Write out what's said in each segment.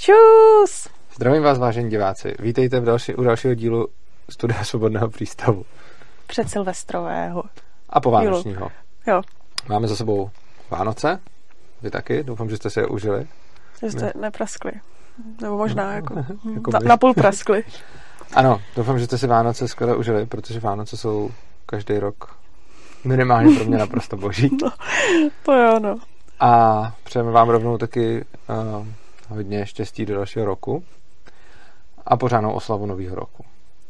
Čus! Zdravím vás, vážení diváci. Vítejte u dalšího dílu Studia Svobodného přístavu. Předsilvestrového. A povánočního. Jo. Máme za sebou Vánoce. Vy taky? Doufám, že jste si je užili. Že jste nepraskli. Nebo možná jako napůl praskli. Ano, doufám, že jste si Vánoce skvěle užili, protože Vánoce jsou každý rok minimálně pro mě naprosto boží. No, to jo, no. A přejeme vám rovnou taky hodně štěstí do dalšího roku a pořádnou oslavu nového roku.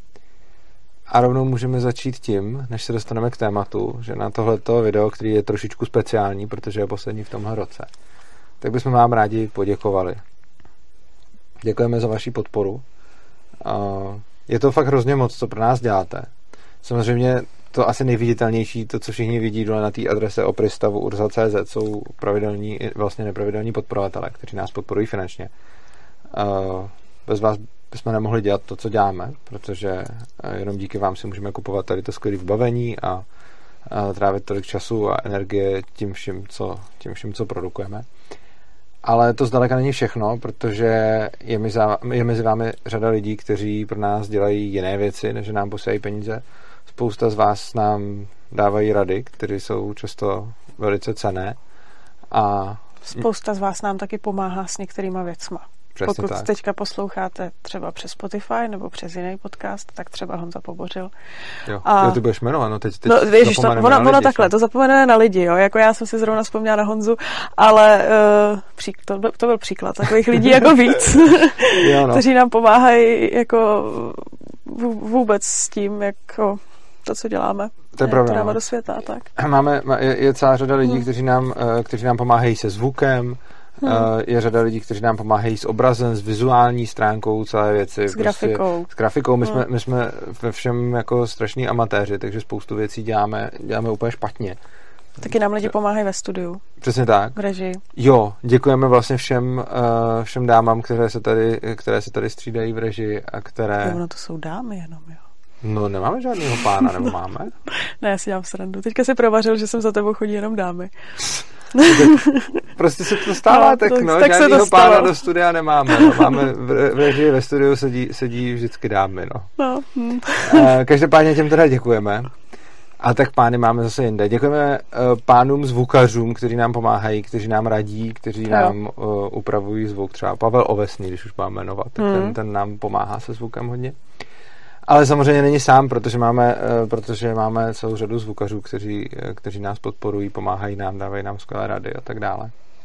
A rovnou můžeme začít tím, než se dostaneme k tématu, že na tohleto video, který je trošičku speciální, protože je poslední v tomhle roce, tak bychom vám rádi poděkovali. Děkujeme za vaši podporu. Je to fakt hrozně moc, co pro nás děláte. Samozřejmě to asi nejviditelnější, to, co všichni vidí dole na té adrese opristavu urzal.cz, jsou pravidelní i vlastně nepravidelní podporovatelé, kteří nás podporují finančně. Bez vás bychom nemohli dělat to, co děláme, protože jenom díky vám si můžeme kupovat tady to skvělé vybavení a trávit tolik času a energie tím vším, co produkujeme. Ale to zdaleka není všechno, protože je mezi vámi řada lidí, kteří pro nás dělají jiné věci, než že nám posílají peníze. Spousta z vás nám dávají rady, které jsou často velice cenné. A spousta z vás nám taky pomáhá s některýma věcma. Přesně Pokud tak. teďka posloucháte třeba přes Spotify nebo přes jiný podcast, tak třeba Honza Pobořil. Jo, ty budeš jmenovat, no teď no, ježiš, ono takhle, že? to zapomeneme na lidi, jo, jako já jsem si zrovna vzpomněla na Honzu, ale to byl příklad takových lidí jako víc, jo, no. Kteří nám pomáhají jako vůbec s tím, jako to, co děláme. To je pravda, to dávat do světa, tak. Je celá řada lidí, kteří nám pomáhají se zvukem, je řada lidí, kteří nám pomáhají s obrazem, s vizuální stránkou celé věci. S grafikou. S grafikou. My jsme ve všem jako strašní amatéři, takže spoustu věcí děláme úplně špatně. Taky nám lidi pomáhají ve studiu. Přesně tak. V režii. Jo, děkujeme vlastně všem dámám, které se tady střídají v režii a které... Jo, no to jsou dámy jenom, jo. No, nemáme žádného pána, nebo máme? Ne, já si dělám srandu. Teďka si provařil, že jsem za tebou chodí jenom dámy. Prostě se to stává, tak žádného pána do studia nemáme. No. Máme v režii ve studiu sedí vždycky dámy, no. Každopádně těm teda děkujeme. A tak pány máme zase jinde. Děkujeme pánům zvukařům, kteří nám pomáhají, kteří nám radí, kteří nám upravují zvuk. Třeba Pavel Ovesný, když už máme jmenovat, tak ten nám pomáhá se zvukem hodně. Ale samozřejmě není sám, protože máme celou řadu zvukařů, kteří nás podporují, pomáhají nám, dávají nám skvělé rady a tak dále.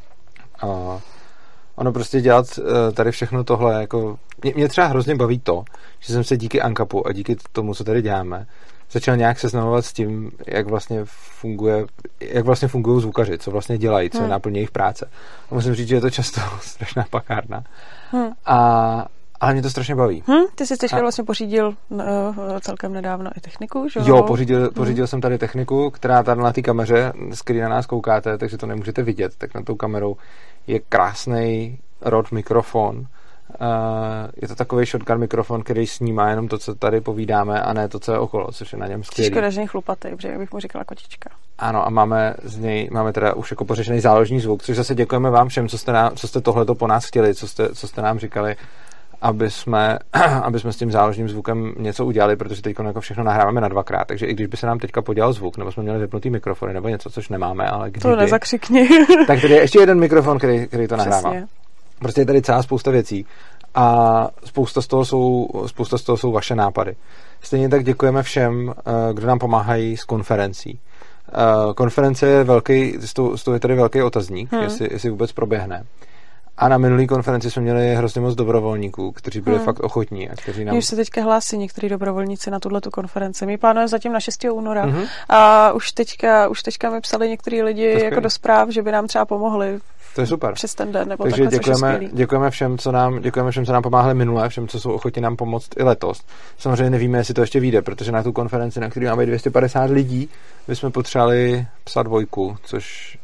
Ono prostě dělat tady všechno tohle, jako mě třeba hrozně baví to, že jsem se díky ANCAPu a díky tomu, co tady děláme, začal nějak seznamovat s tím, jak vlastně fungují zvukaři, co vlastně dělají, co je náplň jejich práce. A musím říct, že je to často strašná pakárna. Ale mě to strašně baví. Ty jsi teďka vlastně pořídil celkem nedávno i techniku, že? Jo, pořídil jsem tady techniku, která tady na té kameře, z který na nás koukáte, takže to nemůžete vidět, tak na tou kamerou je krásný Rode mikrofon. Je to takový shotgun mikrofon, který snímá jenom to, co tady povídáme, a ne to, co je okolo, což je na něm skvělý. Škoda, že chlupatý, protože bych mu říkala kočička. Ano, a máme teda už jako pořešený záložní zvuk, což zase děkujeme vám všem, co jste tohleto po nás chtěli, co jste nám říkali, aby jsme s tím záložním zvukem něco udělali, protože teď jako všechno nahráváme na dvakrát, takže i když by se nám teďka podělal zvuk, nebo jsme měli vypnutý mikrofony, nebo něco, což nemáme, ale kdyby... To nezakřikni. Tak tady je ještě jeden mikrofon, který to nahrává. Přesně. Prostě je tady celá spousta věcí a spousta z toho jsou vaše nápady. Stejně tak děkujeme všem, kdo nám pomáhají s konferencí. Konference je z toho je tady velký otazník, jestli vůbec proběhne. A na minulý konferenci jsme měli hrozně moc dobrovolníků, kteří byli fakt ochotní. A kteří nám... Už se teďka hlásí některý dobrovolníci na tuhletu konferenci. My plánujeme zatím na 6. února. A už teďka mi psali některý lidi jako do zpráv, že by nám třeba pomohli. To je super. Přes ten den, nebo takže takhle, děkujeme všem, co nám pomáhali minule, všem, co jsou ochotní nám pomoct i letos. Samozřejmě nevíme, jestli to ještě vyjde, protože na tu konferenci, na který máme 250 lidí, bychom potřebovali psat 2, což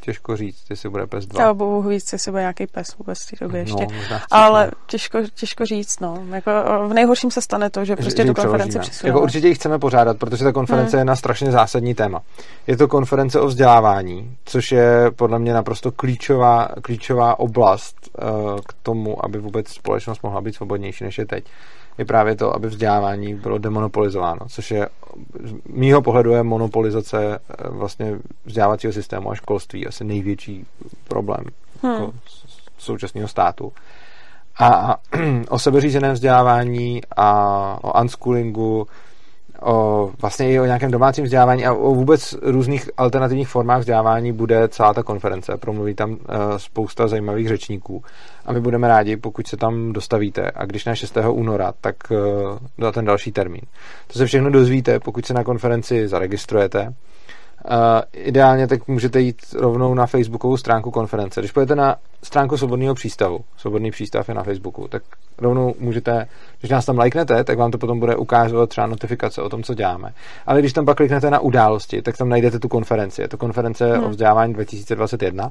těžko říct, jestli bude PES 2. Já bohu víc, jestli bude nějaký PES vůbec v té době ještě. Ale těžko říct, no. Jako v nejhorším se stane to, že prostě tu konferenci přesuneme. Jako určitě ji chceme pořádat, protože ta konference je na strašně zásadní téma. Je to konference o vzdělávání, což je podle mě naprosto klíčová oblast k tomu, aby vůbec společnost mohla být svobodnější, než je teď. Je právě to, aby vzdělávání bylo demonopolizováno, což je z mýho pohledu je monopolizace vlastně vzdělávacího systému a školství asi největší problém jako současného státu. A o sebeřízeném vzdělávání a o unschoolingu, vlastně i o nějakém domácím vzdělávání a o vůbec různých alternativních formách vzdělávání bude celá ta konference. Promluví tam spousta zajímavých řečníků a my budeme rádi, pokud se tam dostavíte a když ne 6. února, tak na ten další termín. To se všechno dozvíte, pokud se na konferenci zaregistrujete. Ideálně tak můžete jít rovnou na facebookovou stránku konference. Když půjdete na stránku Svobodného přístavu, Svobodný přístav je na Facebooku, tak rovnou můžete, když nás tam lajknete, tak vám to potom bude ukázat třeba notifikace o tom, co děláme. Ale když tam pak kliknete na události, tak tam najdete tu konferenci. Je to konference o vzdělávání 2021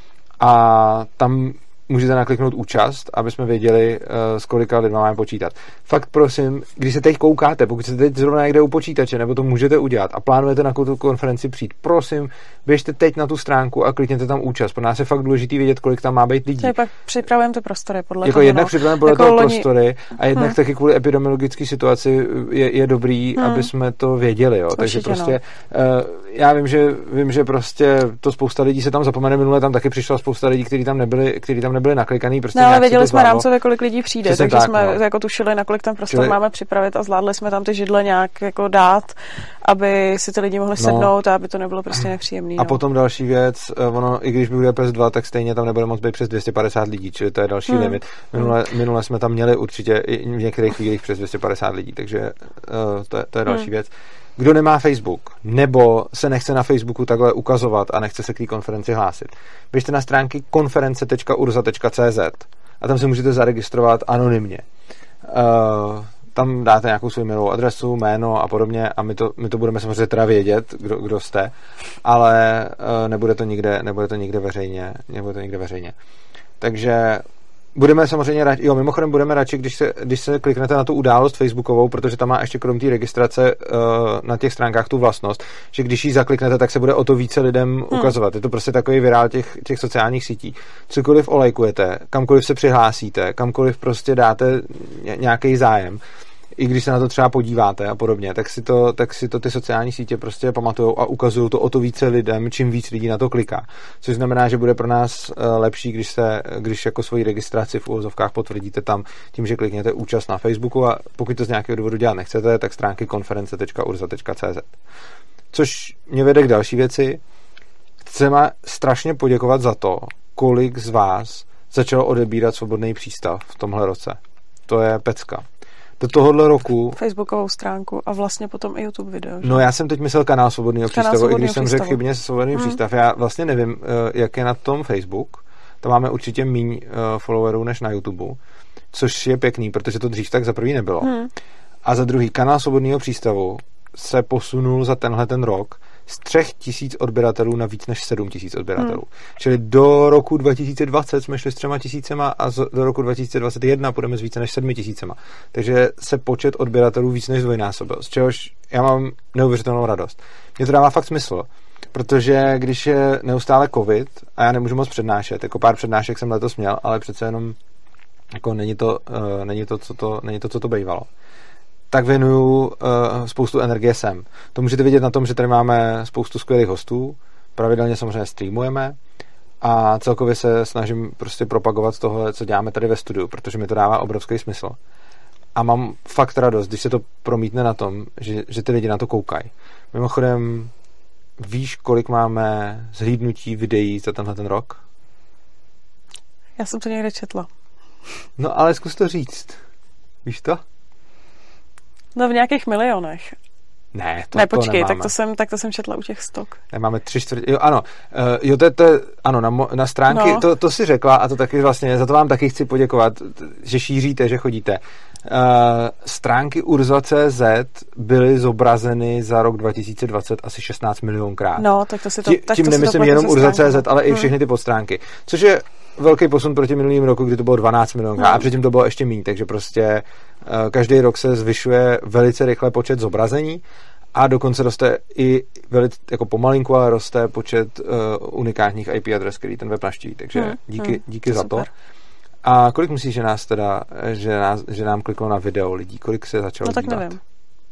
a tam můžete nakliknout účast, aby jsme věděli, s kolika lidma máme počítat. Fakt prosím, když se teď koukáte, pokud jste teď zrovna někde u počítače, nebo to můžete udělat a plánujete na tu konferenci přijít, prosím, běžte teď na tu stránku a klikněte tam účast. Pro nás je fakt důležitý vědět, kolik tam má být lidí. Takže pak připravujeme ty prostory podle jako toho. Jednak připravujeme podle toho prostory a jednak taky kvůli epidemiologické situaci je dobrý, aby jsme to věděli. Jo. Takže prostě já vím, že prostě to spousta lidí se tam zapomene. Minule tam taky přišla spousta lidí, kteří tam nebyli naklikaný. Prostě ale věděli jsme rámcově, kolik lidí přijde, přesně takže tak, jsme jako tušili, na kolik ten prostor máme připravit a zvládli jsme tam ty židle nějak jako dát, aby si ty lidi mohli sednout a aby to nebylo prostě nepříjemný. A potom další věc, ono, i když bude PES 2, tak stejně tam nebude moc být přes 250 lidí, čili to je další limit. Minule jsme tam měli určitě i v některých chvílích přes 250 lidí, takže to je další věc. Kdo nemá Facebook, nebo se nechce na Facebooku takhle ukazovat a nechce se k té konferenci hlásit, běžte na stránky konference.urza.cz a tam se můžete zaregistrovat anonymně. Tam dáte nějakou svou mailovou adresu, jméno a podobně a my to budeme samozřejmě teda vědět, kdo jste, ale nebude to nikde veřejně. Takže budeme samozřejmě radši, mimochodem budeme radši, když se kliknete na tu událost facebookovou, protože tam má ještě krom té registrace na těch stránkách tu vlastnost, že když ji zakliknete, tak se bude o to více lidem ukazovat. Je to prostě takový virál těch sociálních sítí. Cokoliv olejkujete, kamkoliv se přihlásíte, kamkoliv prostě dáte nějaký zájem, i když se na to třeba podíváte a podobně, tak si to ty sociální sítě prostě pamatujou a ukazují to o to více lidem, čím víc lidí na to kliká. Což znamená, že bude pro nás lepší, když jako svoji registraci v uvozovkách potvrdíte tam tím, že klikněte účast na Facebooku a pokud to z nějakého důvodu dělat nechcete, tak stránky konference.urza.cz. Což mě vede k další věci. Chceme strašně poděkovat za to, kolik z vás začalo odebírat Svobodný přístav v tomhle roce. To je pecka. Do tohohle roku... Facebookovou stránku a vlastně potom i YouTube video. Že? No já jsem teď myslel kanál Svobodného přístavu, i když jsem řekl chybně Svobodný přístav. Já vlastně nevím, jak je na tom Facebook. Tam máme určitě míň followerů než na YouTube, což je pěkný, protože to dřív tak za prvý nebylo. A za druhý, kanál Svobodného přístavu se posunul za tenhle ten rok z 3 000 odběratelů na víc než 7 000 odběratelů. Čili do roku 2020 jsme šli s 3 000 a do roku 2021 půjdeme s více než 7 000. Takže se počet odběratelů víc než zdvojnásobil, z čehož já mám neuvěřitelnou radost. Mně to dává fakt smysl, protože když je neustále covid a já nemůžu moc přednášet, jako pár přednášek jsem letos měl, ale přece jenom jako není to, co to bývalo, tak věnuju spoustu energie sem. To můžete vidět na tom, že tady máme spoustu skvělých hostů, pravidelně samozřejmě streamujeme a celkově se snažím prostě propagovat tohle, co děláme tady ve studiu, protože mi to dává obrovský smysl. A mám fakt radost, když se to promítne na tom, že ty lidi na to koukají. Mimochodem, víš, kolik máme zhlídnutí videí za tenhle ten rok? Já jsem to někde četla. No ale zkus to říct. Víš to? No v nějakých milionech. Ne, počkej, to tak to jsem četla u těch stok. Nemáme 3/4. Jo, ano. Ano, na stránky, to si řekla a to taky vlastně, za to vám taky chci poděkovat, že šíříte, že chodíte. Stránky Urza.cz byly zobrazeny za rok 2020 asi 16 milionkrát. No, tak to si to... Tím nemyslím jenom Urza.cz, ale i všechny ty podstránky. Což je velký posun proti minulým roku, kdy to bylo 12 milionkrát a předtím to bylo ještě méně, takže prostě každý rok se zvyšuje velice rychle počet zobrazení a dokonce roste i velice jako pomalinku, ale roste počet unikátních IP adres, který ten web navštíví, takže díky za to. A kolik myslíš, že nás teda, že nám kliklo na video lidí? Kolik se začalo dívat? No tak nevím.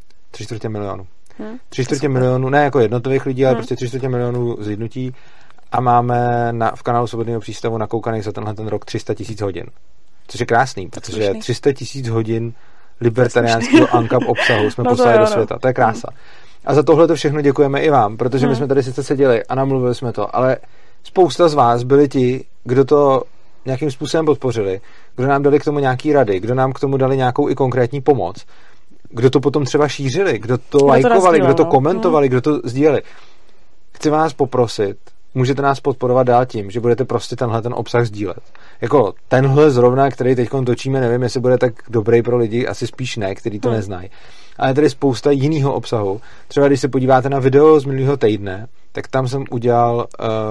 3/4 milionu. 3/4 milionu, ne jako jednotlivých lidí, ale prostě 3/4 milionů zhlídnutí a máme v kanálu Svobodného přístavu nakoukaných za tenhle ten rok 300 000 hodin. Což je krásný, protože 300 000 hodin libertariánského ANCAP obsahu jsme poslali do světa. To je krása. A za tohle to všechno děkujeme i vám, protože my jsme tady sice seděli a namluvili jsme to, ale spousta z vás byli ti, kdo to nějakým způsobem podpořili, kdo nám dali k tomu nějaký rady, kdo nám k tomu dali nějakou i konkrétní pomoc, kdo to potom třeba šířili, kdo to lajkovali, kdo to komentovali, kdo to sdíleli. Chci vás poprosit, můžete nás podporovat dál tím, že budete prostě tenhle ten obsah sdílet. Jako tenhle zrovna, který teď točíme, nevím, jestli bude tak dobrý pro lidi, asi spíš ne, který to neznají. Ale je tady spousta jiného obsahu. Třeba když se podíváte na video z minulého týdne, tak tam jsem udělal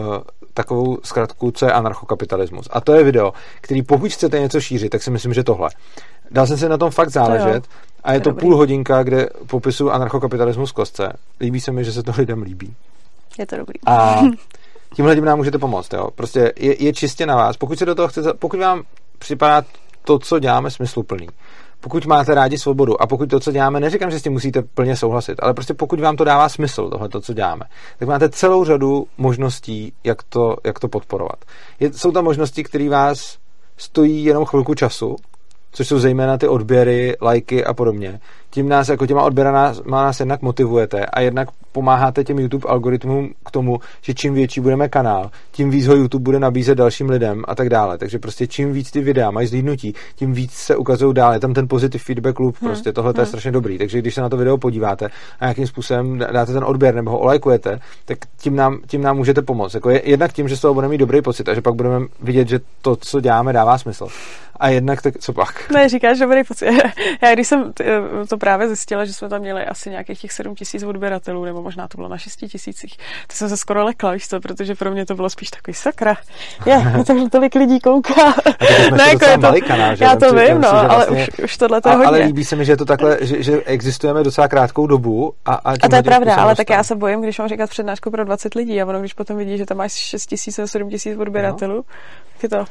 takovou zkratku, co je anarchokapitalismus. A to je video, který pokud chcete něco šířit, tak si myslím, že tohle. Dal jsem si na tom fakt záležet a je to půl hodinka, kde popisuju anarchokapitalismus v kostce. Líbí se mi, že se to lidem líbí. Je to dobrý. A tímhle tím nám můžete pomoct. Jo? Prostě je čistě na vás. Pokud se do toho chcete, pokud vám připadá to, co děláme, smysluplný, pokud máte rádi svobodu a pokud to, co děláme, neříkám, že s tím musíte plně souhlasit, ale prostě pokud vám to dává smysl, tohle, co děláme, tak máte celou řadu možností, jak to podporovat. Jsou tam možnosti, které vás stojí jenom chvilku času, což jsou zejména ty odběry, lajky a podobně. Tím nás, jako těma odběrama nás jednak motivujete a jednak pomáháte těm YouTube algoritmům k tomu, že čím větší budeme kanál, tím víc ho YouTube bude nabízet dalším lidem a tak dále. Takže prostě čím víc ty videa mají zhlídnutí, tím víc se ukazují dál. Je tam ten positive feedback loop, prostě tohle je strašně dobrý. Takže když se na to video podíváte a nějakým způsobem dáte ten odběr nebo ho olajkujete, tak tím nám můžete pomoct. Jako jednak tím, že z toho budeme mít dobrý pocit a že pak budeme vidět, že to, co děláme, dává smysl. A jednak tak, co pak? Ne, říkáš dobrý pocit. Já když jsem to právě zjistila, že jsme tam měli asi nějakých těch 7 000 odběratelů, nebo možná to bylo na 6 000, to jsem se skoro lekla, víš co, protože pro mě to bylo spíš takový sakra. Takže tolik lidí kouká. Ne, jako je to malý kanál, že? Já to vím, no, ale vlastně, už tohle to je hodně. Ale líbí se mi, že je to takhle, že existujeme docela krátkou dobu. A to je pravda, ale tak já se bojím, když mám říkat přednášku pro 20 lidí a ono, když potom vidí, že tam máš 6 000 a 7 000 odběratelů, je to,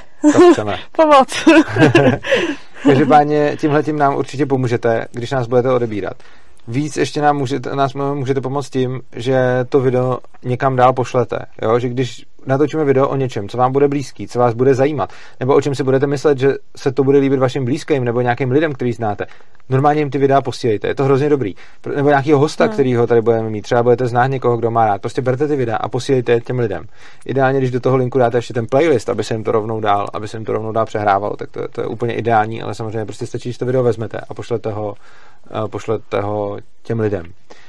pomoc. Každopádně tímhletím nám určitě pomůžete, když nás budete odebírat. Víc ještě nás můžete pomoct tím, že to video někam dál pošlete. Jo? Že když natočíme video o něčem, co vám bude blízký, co vás bude zajímat, nebo o čem si budete myslet, že se to bude líbit vašim blízkým nebo nějakým lidem, který znáte, normálně jim ty videa posílejte. Je to hrozně dobrý. Nebo nějakýho hosta, kterýho tady budeme mít. Třeba budete znát někoho, kdo má rád. Prostě berte ty videa a posílejte těm lidem. Ideálně, když do toho linku dáte ještě ten playlist, aby se jim to rovnou dál přehrávalo, tak to je úplně ideální, ale samozřejmě prostě stačí, když to video vezmete a pošlete ho těm lidem.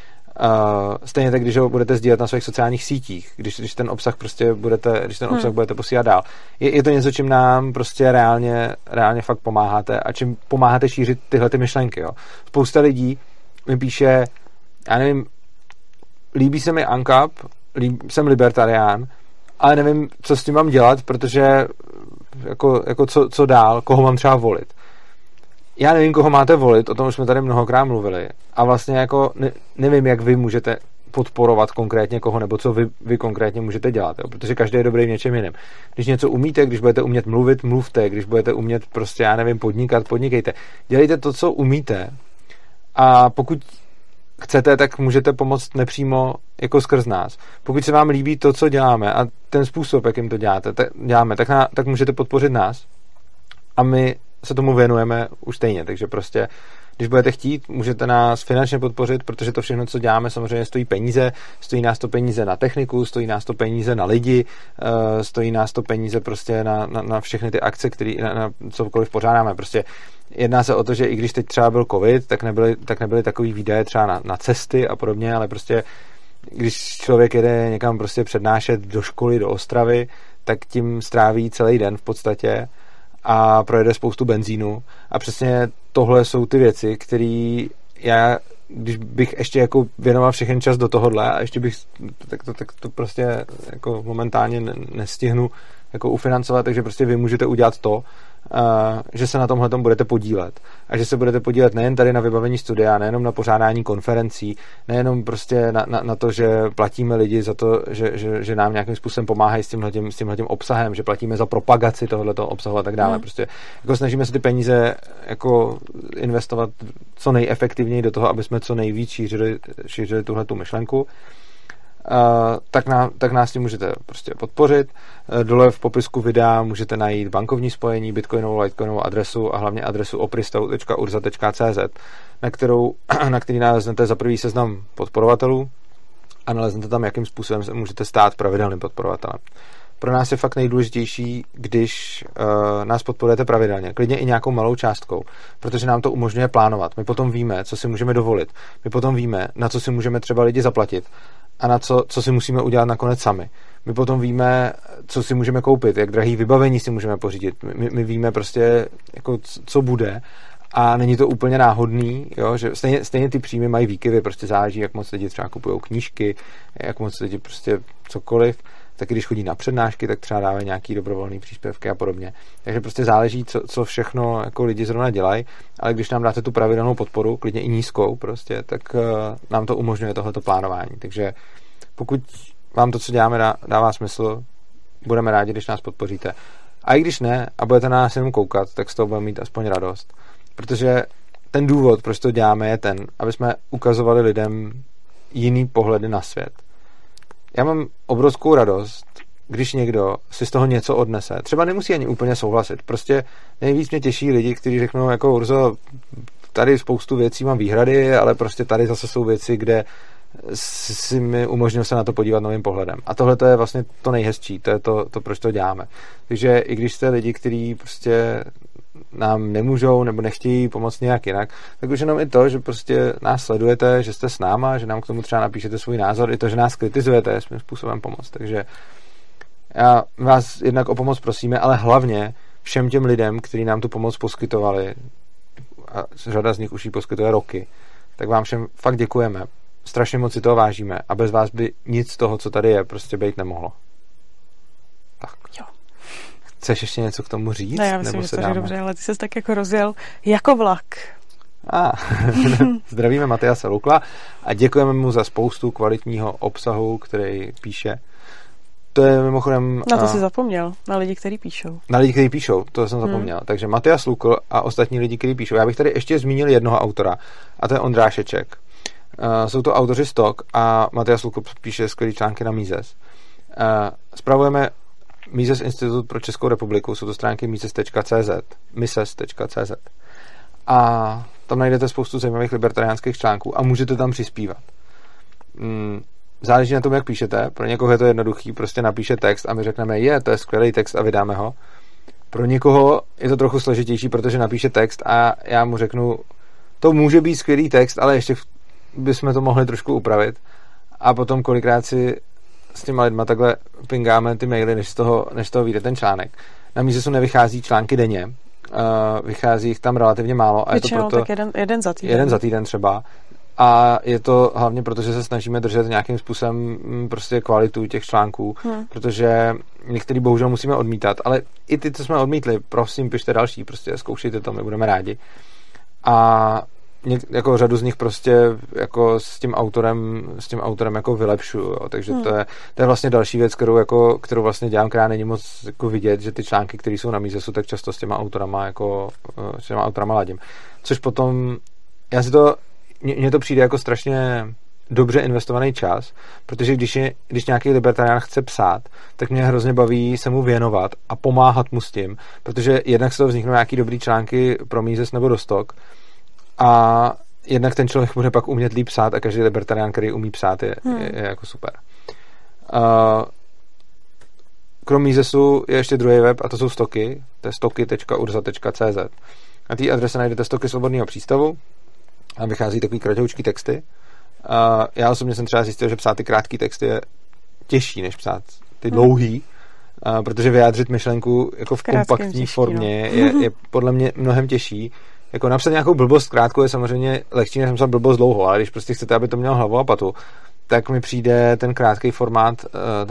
Stejně tak, když ho budete sdílet na svých sociálních sítích, když ten obsah budete posílat dál. Je to něco, čím nám prostě reálně fakt pomáháte a čím pomáháte šířit tyhle ty myšlenky. Jo. Spousta lidí mi píše, já nevím, líbí se mi ANCAP, jsem libertarián, ale nevím, co s tím mám dělat, protože jako co dál, koho mám třeba volit. Já nevím, koho máte volit, o tom už jsme tady mnohokrát mluvili a vlastně jako nevím, jak vy můžete podporovat konkrétně koho, nebo co vy konkrétně můžete dělat, jo? Protože každý je dobrý v něčem jiném. Když něco umíte, když budete umět mluvit, mluvte, když budete umět prostě, já nevím, podnikat, podnikejte. Dělejte to, co umíte a pokud chcete, tak můžete pomoct nepřímo jako skrz nás. Pokud se vám líbí to, co děláme a ten způsob, jakým to děláme, tak můžete podpořit nás a my se tomu věnujeme už stejně, takže prostě když budete chtít, můžete nás finančně podpořit, protože to všechno, co děláme, samozřejmě stojí peníze, stojí nás to peníze na techniku, stojí nás to peníze na lidi, stojí nás to peníze prostě na všechny ty akce, které na cokoliv pořádáme. Prostě jedná se o to, že i když teď třeba byl covid, tak nebyly takový výdaje třeba na cesty a podobně, ale prostě když člověk jede někam prostě přednášet do školy, do Ostravy, tak tím stráví celý den v podstatě a projede spoustu benzínu a přesně tohle jsou ty věci, které já, když bych ještě jako věnoval všechen čas do tohohle a ještě bych, tak to prostě jako momentálně nestihnu jako ufinancovat, takže prostě vy můžete udělat to, že se na tomhletom budete podílet. A že se budete podílet nejen tady na vybavení studia, nejenom na pořádání konferencí, nejenom prostě na to, že platíme lidi za to, že nám nějakým způsobem pomáhají s tímhletím obsahem, že platíme za propagaci tohoto obsahu a tak dále. Prostě jako snažíme se ty peníze jako investovat co nejefektivněji do toho, aby jsme co nejvíc šířili tuhletu myšlenku. Tak nás tím můžete prostě podpořit. Dole v popisku videa můžete najít bankovní spojení, bitcoinovou, litecoinovou adresu a hlavně adresu opristau.urza.cz, na který naleznete za prvý seznam podporovatelů a naleznete tam, jakým způsobem se můžete stát pravidelným podporovatelem. Pro nás je fakt nejdůležitější, když nás podporujete pravidelně, klidně i nějakou malou částkou, protože nám to umožňuje plánovat. My potom víme, co si můžeme dovolit. My potom víme, na co si můžeme třeba lidi zaplatit a na co si musíme udělat nakonec sami. My potom víme, co si můžeme koupit, jak drahý vybavení si můžeme pořídit. My víme prostě, jako, co bude a není to úplně náhodný, jo? Že stejně ty příjmy mají výkyvy, prostě záleží, jak moc lidi třeba kupují knížky, jak moc lidi prostě cokoliv. Taky když chodí na přednášky, tak třeba dávají nějaký dobrovolný příspěvky a podobně. Takže prostě záleží, co všechno jako lidi zrovna dělají, ale když nám dáte tu pravidelnou podporu, klidně i nízkou prostě, tak nám to umožňuje tohleto plánování. Takže pokud vám to, co děláme, dává smysl, budeme rádi, když nás podpoříte. A i když ne a budete na nás jenom koukat, tak z toho budeme mít aspoň radost. Protože ten důvod, proč to děláme, je ten, aby jsme ukazovali lidem jiný pohledy na svět. Já mám obrovskou radost, když někdo si z toho něco odnese. Třeba nemusí ani úplně souhlasit. Prostě nejvíc mě těší lidi, kteří řeknou, jako Urzo, tady spoustu věcí mám výhrady, ale prostě tady zase jsou věci, kde si mi umožnil se na to podívat novým pohledem. A tohle to je vlastně to nejhezčí, to je to, proč to děláme. Takže i když jste lidi, kteří prostě nám nemůžou nebo nechtějí pomoct nějak jinak, tak už jenom i to, že prostě nás sledujete, že jste s náma, že nám k tomu třeba napíšete svůj názor, i to, že nás kritizujete, je svým způsobem pomoc. Takže já vás jednak o pomoc prosíme, ale hlavně všem těm lidem, kteří nám tu pomoc poskytovali, a řada z nich už ji poskytuje roky, tak vám všem fakt děkujeme. Strašně moc si toho vážíme a bez vás by nic z toho, co tady je, prostě být nemohlo. Tak. Jo. Chceš ještě něco k tomu říct? Ne, já myslím, že to je dobře, ale ty ses tak jako rozjel jako vlak. Zdravíme Matyase Lukla a děkujeme mu za spoustu kvalitního obsahu, který píše. To je mimochodem... Na to jsi zapomněl, na lidi, kteří píšou. Na lidi, kteří píšou, to jsem zapomněl. Takže Matyas Lukl a ostatní lidi, kteří píšou. Já bych tady ještě zmínil jednoho autora a to je Ondrášeček. Jsou to autoři Stok a Matyas Lukl píše skvělý články na Mises. Spravujeme Mises Institut pro Českou republiku, jsou to stránky mises.cz. A tam najdete spoustu zajímavých libertariánských článků a můžete tam přispívat. Záleží na tom, jak píšete. Pro někoho je to jednoduchý, prostě napíše text a my řekneme, to je skvělý text a vydáme ho. Pro někoho je to trochu složitější, protože napíše text a já mu řeknu, to může být skvělý text, ale ještě bychom to mohli trošku upravit. A potom kolikrát si s těma lidma takhle pingáme ty maily, než z toho vyjde ten článek. Na Misesu nevychází články denně, vychází jich tam relativně málo. A většinou je to proto, tak jeden za týden. Jeden za týden třeba. A je to hlavně proto, že se snažíme držet nějakým způsobem prostě kvalitu těch článků, protože některý bohužel musíme odmítat, ale i ty, co jsme odmítli, prosím, pište další, prostě zkoušejte to, my budeme rádi. A jako řadu z nich prostě jako s tím autorem jako vylepšuju, jo. Takže to je vlastně další věc, kterou vlastně dělám, která není moc jako vidět, že ty články, které jsou na Misesu, tak často s těma autorama ladím. Což potom mně to přijde jako strašně dobře investovaný čas, protože když nějaký libertarián chce psát, tak mě hrozně baví se mu věnovat a pomáhat mu s tím, protože jednak z toho vzniknou nějaký dobrý články pro Mises nebo do Stok a jednak ten člověk bude pak umět líp psát a každý libertarián, který umí psát, je jako super. Krom Misesu je ještě druhý web a to jsou Stoky, to je stoky.urza.cz. Na té adrese najdete Stoky svobodného přístavu a vychází takový kratoučký texty. Já osobně jsem třeba zjistil, že psát ty krátký texty je těžší, než psát ty dlouhý, protože vyjádřit myšlenku jako v kompaktní formě je podle mě mnohem těžší. Jako napsat nějakou blbost krátkou je samozřejmě lehčí, než napsat blbost dlouho, ale když prostě chcete, aby to mělo hlavu a patu, tak mi přijde ten krátký formát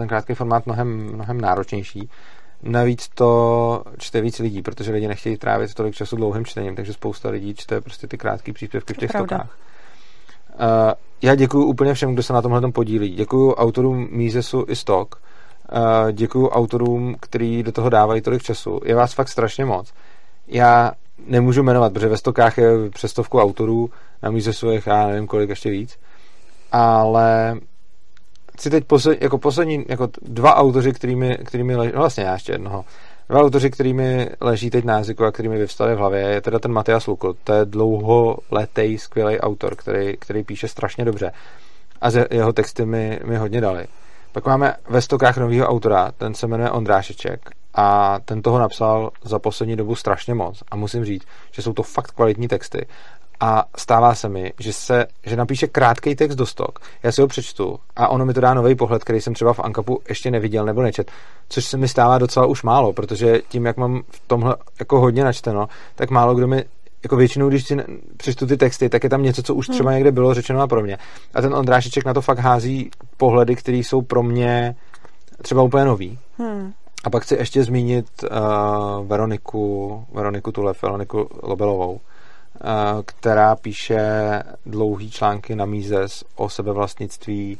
mnohem náročnější. Navíc to čte víc lidí, protože lidi nechtějí trávit tolik času dlouhým čtením, takže spousta lidí čte prostě ty krátké příspěvky v těch stokách. Já děkuju úplně všem, kdo se na tomhle podílí. Děkuju autorům Misesu i Stok. Děkuju autorům, kteří do toho dávají tolik času. Je vás fakt strašně moc. Já nemůžu jmenovat, protože ve Stokách je přes 100 autorů, na Misesu je já nevím kolik, ještě víc. Ale chci teď poslední dva autoři, kterými leží, no vlastně já ještě jednoho. Dva autoři, kterými leží teď na jazyku a kterými vyvstali v hlavě, je teda ten Matthias Lukl. To je dlouholetý skvělý autor, který píše strašně dobře. A jeho texty mi hodně dali. Pak máme ve Stokách novýho autora, ten se jmenuje Ondrášeček a ten toho napsal za poslední dobu strašně moc. A musím říct, že jsou to fakt kvalitní texty. A stává se mi, že napíše krátký text do Stok, já si ho přečtu a ono mi to dá nový pohled, který jsem třeba v Ankapu ještě neviděl nebo nečet, což se mi stává docela už málo, protože tím, jak mám v tomhle jako hodně načteno, tak málo kdo mi, jako většinou, když si přečtu ty texty, tak je tam něco, co už třeba někde bylo řečeno a pro mě. A ten Ondrášeček na to fakt hází pohledy, které jsou pro mě třeba úplně nový. A pak chci ještě zmínit Veroniku Lobelovou, která píše dlouhý články na Mises o sebevlastnictví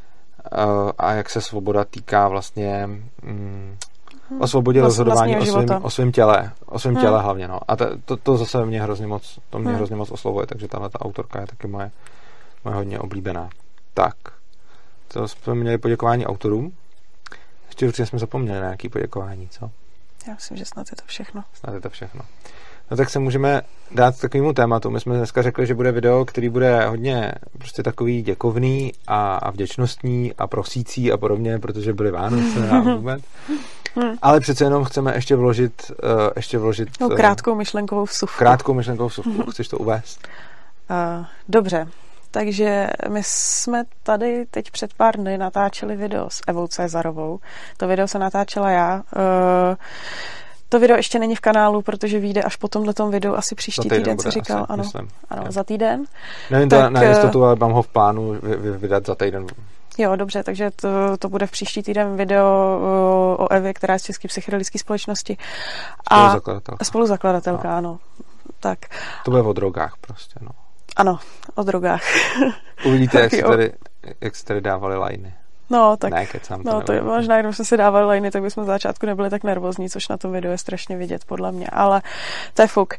a jak se svoboda týká vlastně o svobodě rozhodování o svém těle. O svém těle hlavně. No. A to zase mě hrozně moc oslovuje, takže tahle ta autorka je taky moje hodně oblíbená. Tak, to jsme měli poděkování autorům. Ještě určitě jsme zapomněli na nějaké poděkování, co? Já myslím, že snad je to všechno. No tak se můžeme dát takovému tématu. My jsme dneska řekli, že bude video, který bude hodně prostě takový děkovný a vděčnostní a prosící a podobně, protože byly Vánoce a vůbec. Ale přece jenom chceme ještě vložit krátkou myšlenkovou vsuvku. Chceš to uvést? Dobře. Takže my jsme tady teď před pár dny natáčeli video s Evou Cezarovou. To video se natáčela já. To video ještě není v kanálu, protože vyjde až po tomhletom videu asi příští týden, co říkal. Asi, ano, za týden. Nevím to na jistotu, ale mám ho v plánu vydat za týden. Jo, dobře, takže to bude v příští týden video o Evě, která je z České psychedelické společnosti. Spoluzakladatelka, ano. Tak. To bude o drogách prostě, no. Ano, o drogách. Uvidíte, jak se tady dávali lajny. No, tak. Ne, to možná, když jsme si dávali lajny, tak bychom v začátku nebyli tak nervózní, což na tom videu je strašně vidět, podle mě. Ale to je fuk.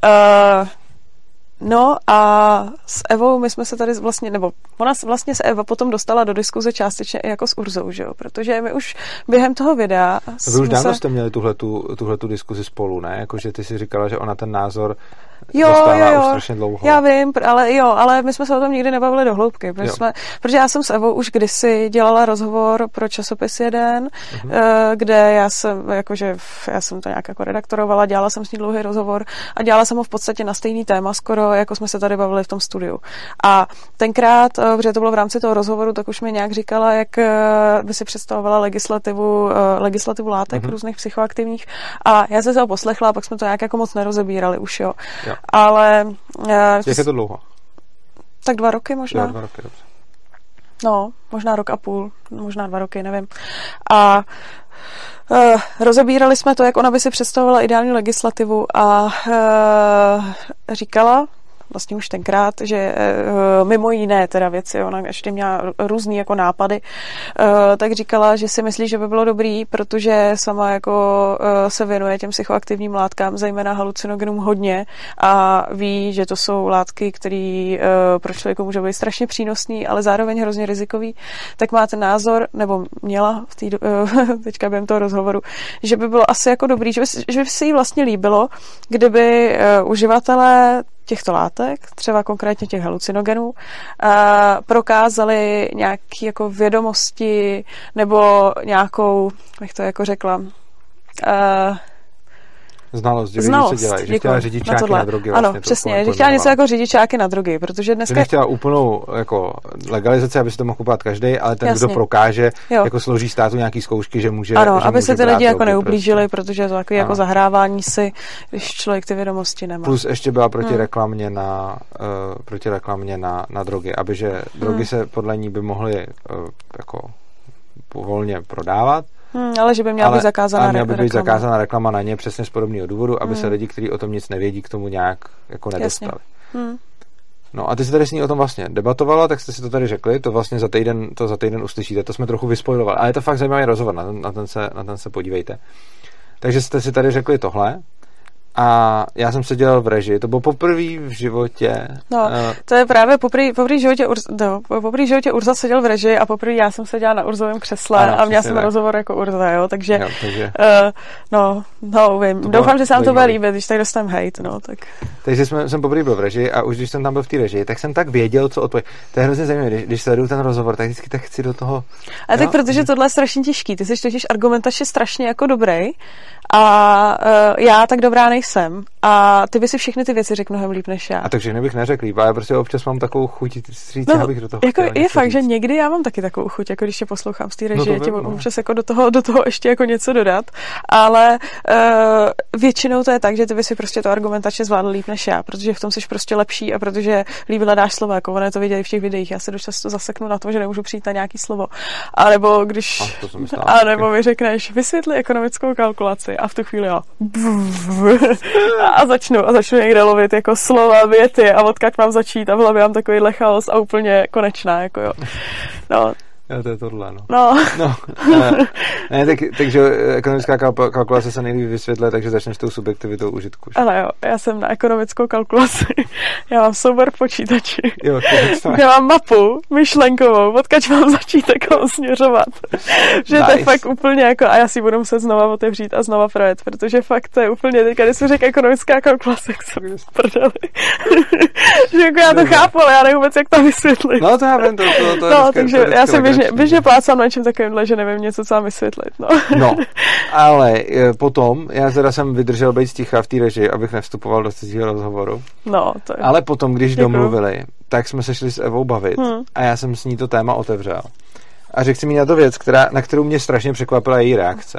No a s Evou my jsme se tady ona vlastně se Eva potom dostala do diskuze částečně i jako s Urzou, že jo? Protože my už během toho videa... Vy už dávno jste měli tuhletu diskuzi spolu, ne? Jakože ty si říkala, že ona ten názor dostává už strašně dlouho. Já vím, ale my jsme se o tom nikdy nebavili do hloubky, protože já jsem s Evou už kdysi dělala rozhovor pro časopis jeden, kde já jsem to nějak jako redaktorovala, dělala jsem s ní dlouhý rozhovor a dělala jsem ho v podstatě na stejný téma skoro, jako jsme se tady bavili v tom studiu. A tenkrát, protože to bylo v rámci toho rozhovoru, tak už mi nějak říkala, jak by si představovala legislativu látek různých psychoaktivních a já jsem se ho poslechla a pak jsme to nějak jako moc nerozebírali už, jo. Ale... Jak je to dlouho? Tak 2 roky možná. 2 roky, dobře. No, možná 1,5 roku, možná 2 roky, nevím. A rozebírali jsme to, jak ona by si představovala ideální legislativu a říkala vlastně už tenkrát, že mimo jiné teda věci, ona ještě měla různý jako nápady, tak říkala, že si myslí, že by bylo dobrý, protože sama jako se věnuje těm psychoaktivním látkám, zejména halucinogenům hodně a ví, že to jsou látky, které pro člověka můžou být strašně přínosný, ale zároveň hrozně rizikový, tak má ten názor, nebo měla teďka během toho rozhovoru, že by bylo asi jako dobrý, že by se jí vlastně líbilo, kdyby uživatelé těchto látek, třeba konkrétně těch halucinogenů, prokázali nějaké jako vědomosti nebo nějakou, jak to jako řekla, Znalost, že co dělají, že chtěla řidičáky na drogy. Ano, vlastně, přesně, že chtěla něco jako řidičáky na drogy, protože dneska... Že nechtěla úplnou jako legalizaci, aby se to mohl kupovat každý, ale ten, kdo prokáže, jako složí státu nějaký zkoušky, že může. Ano, že aby se ty lidi jako neublížili, protože je to takový jako zahrávání si, když člověk ty vědomosti nemá. Plus ještě byla proti reklamě na drogy, aby že drogy se podle ní by mohly jako volně prodávat. Ale že by měla být zakázaná reklama. Měla by být zakázaná reklama na ně přesně z podobného důvodu, aby se lidi, kteří o tom nic nevědí, k tomu nějak jako nedostali. No a ty jsi tady s ní o tom vlastně debatovala, tak jste si to tady řekli, to vlastně za týden uslyšíte, to jsme trochu vyspojovali, ale je to fakt zajímavý rozhovor, na ten se podívejte. Takže jste si tady řekli tohle. A já jsem seděl v režii. To bylo poprvé v životě. No, to je právě poprvé v životě Urza seděl v režii a poprvé já jsem seděla na Urzovém křesle a měla jsem rozhovor jako Urza, jo, takže vím. Doufám, že se vám to bude líbit, když tak dostaneme hate, no, tak. Takže jsem poprvé byl v režii a už když jsem tam byl v té režii, tak jsem tak věděl, co odpovědět. To je hrozně zajímavé, když sleduju ten rozhovor, tak vždycky tak chci do toho. Ale tak protože tohle je strašně těžký. Ty jsi totiž argumentačně strašně jako dobrý a já tak dobrá nejsem. A ty by si všechny ty věci řekl mnohem líp než já. A takže nebych neřekl líp, ale já prostě občas mám takovou chuť říct, abych do toho jako je fakt, říct. Že někdy já mám taky takovou chuť, jako když tě poslouchám z té režie, občas jako do toho ještě jako něco dodat, ale většinou to je tak, že ty by si prostě to argumentačně zvládl líp než já, protože v tom jsi prostě lepší a protože líp hledáš slova, jako ono to viděli v těch videích. Já se dost často zaseknu na to, že nemůžu přijít na nějaký slovo. A nebo když nebo mi řekneš, vysvětli ekonomickou kalkulaci a v tu chvíli a začnu někde lovit jako slova, věty a odkud mám začít a v hlavě mám takovýhle chaos a úplně konečná, jako jo. No. Jo, to je tohle, no. Takže ekonomická kalkulace se nejlíp vysvětluje, takže začneš tou subjektivitou užitku. Ale jo, já jsem na ekonomickou kalkulaci. Já mám soubor počítači. Jo, já mám mapu myšlenkovou, odkud mám začít jako směřovat. Že nice. To je fakt úplně jako, a já si budu muset znova otevřít a znova projet, protože fakt to je úplně, teďka když jsem řekl ekonomická kalkulace, jak jsem prdeli. Že jako já to chápu, ale já nevím vůbec, jak to vysvětlit. No to já vím, to no, takže já jsem běžně plácám na něčem takovýmhle, že nevím něco, co mám vysvětlit. No, ale potom, já teda jsem vydržel být sticha v té režii, abych nevstupoval do cizího rozhovoru. No, to je. Ale potom, když domluvili, tak jsme se šli s Evou bavit a já jsem s ní to téma otevřel. A řekl si mi na to věc, na kterou mě strašně překvapila její reakce.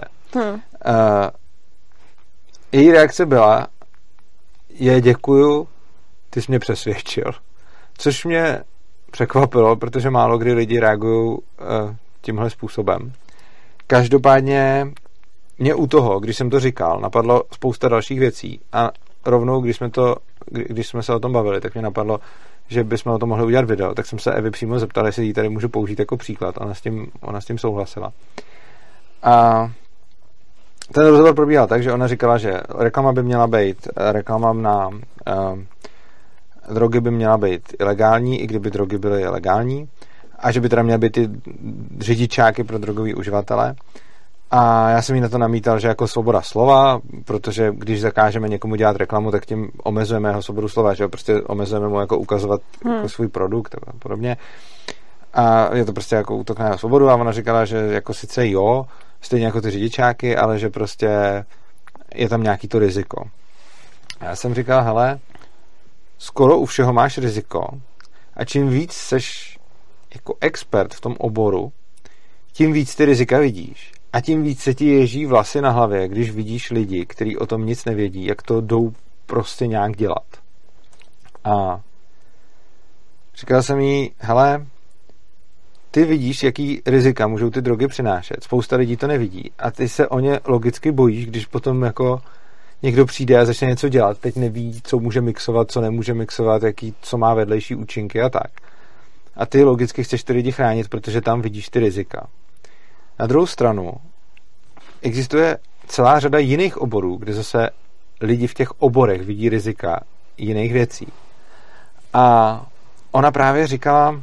Její reakce byla, děkuju, ty jsi mě přesvědčil. Což mě překvapilo, protože málo kdy lidi reagují tímhle způsobem. Každopádně mě u toho, když jsem to říkal, napadlo spousta dalších věcí a rovnou, když jsme se o tom bavili, tak mě napadlo, že bychom o tom mohli udělat video, tak jsem se Evy přímo zeptal, jestli ji tady můžu použít jako příklad. Ona s tím souhlasila. A ten rozhovor probíhal tak, že ona říkala, že reklama by měla být na drogy by měla být ilegální, i kdyby drogy byly legální, a že by teda měly být ty řidičáky pro drogový uživatele. A já jsem jí na to namítal, že jako svoboda slova, protože když zakážeme někomu dělat reklamu, tak tím omezujeme jeho svobodu slova, že prostě omezujeme mu jako ukazovat jako svůj produkt a podobně. A je to prostě jako útok na jeho svobodu a ona říkala, že jako sice jo, stejně jako ty řidičáky, ale že prostě je tam nějaký to riziko. A já jsem říkal, hele, skoro u všeho máš riziko a čím víc seš jako expert v tom oboru, tím víc ty rizika vidíš a tím víc se ti ježí vlasy na hlavě, když vidíš lidi, kteří o tom nic nevědí, jak to jdou prostě nějak dělat. A říkal jsem jí, hele, ty vidíš, jaký rizika můžou ty drogy přinášet. Spousta lidí to nevidí a ty se o ně logicky bojíš, když potom jako někdo přijde a začne něco dělat, teď neví, co může mixovat, co nemůže mixovat, co má vedlejší účinky a tak. A ty logicky chceš ty lidi chránit, protože tam vidíš ty rizika. Na druhou stranu existuje celá řada jiných oborů, kde zase lidi v těch oborech vidí rizika jiných věcí. A ona právě říkala,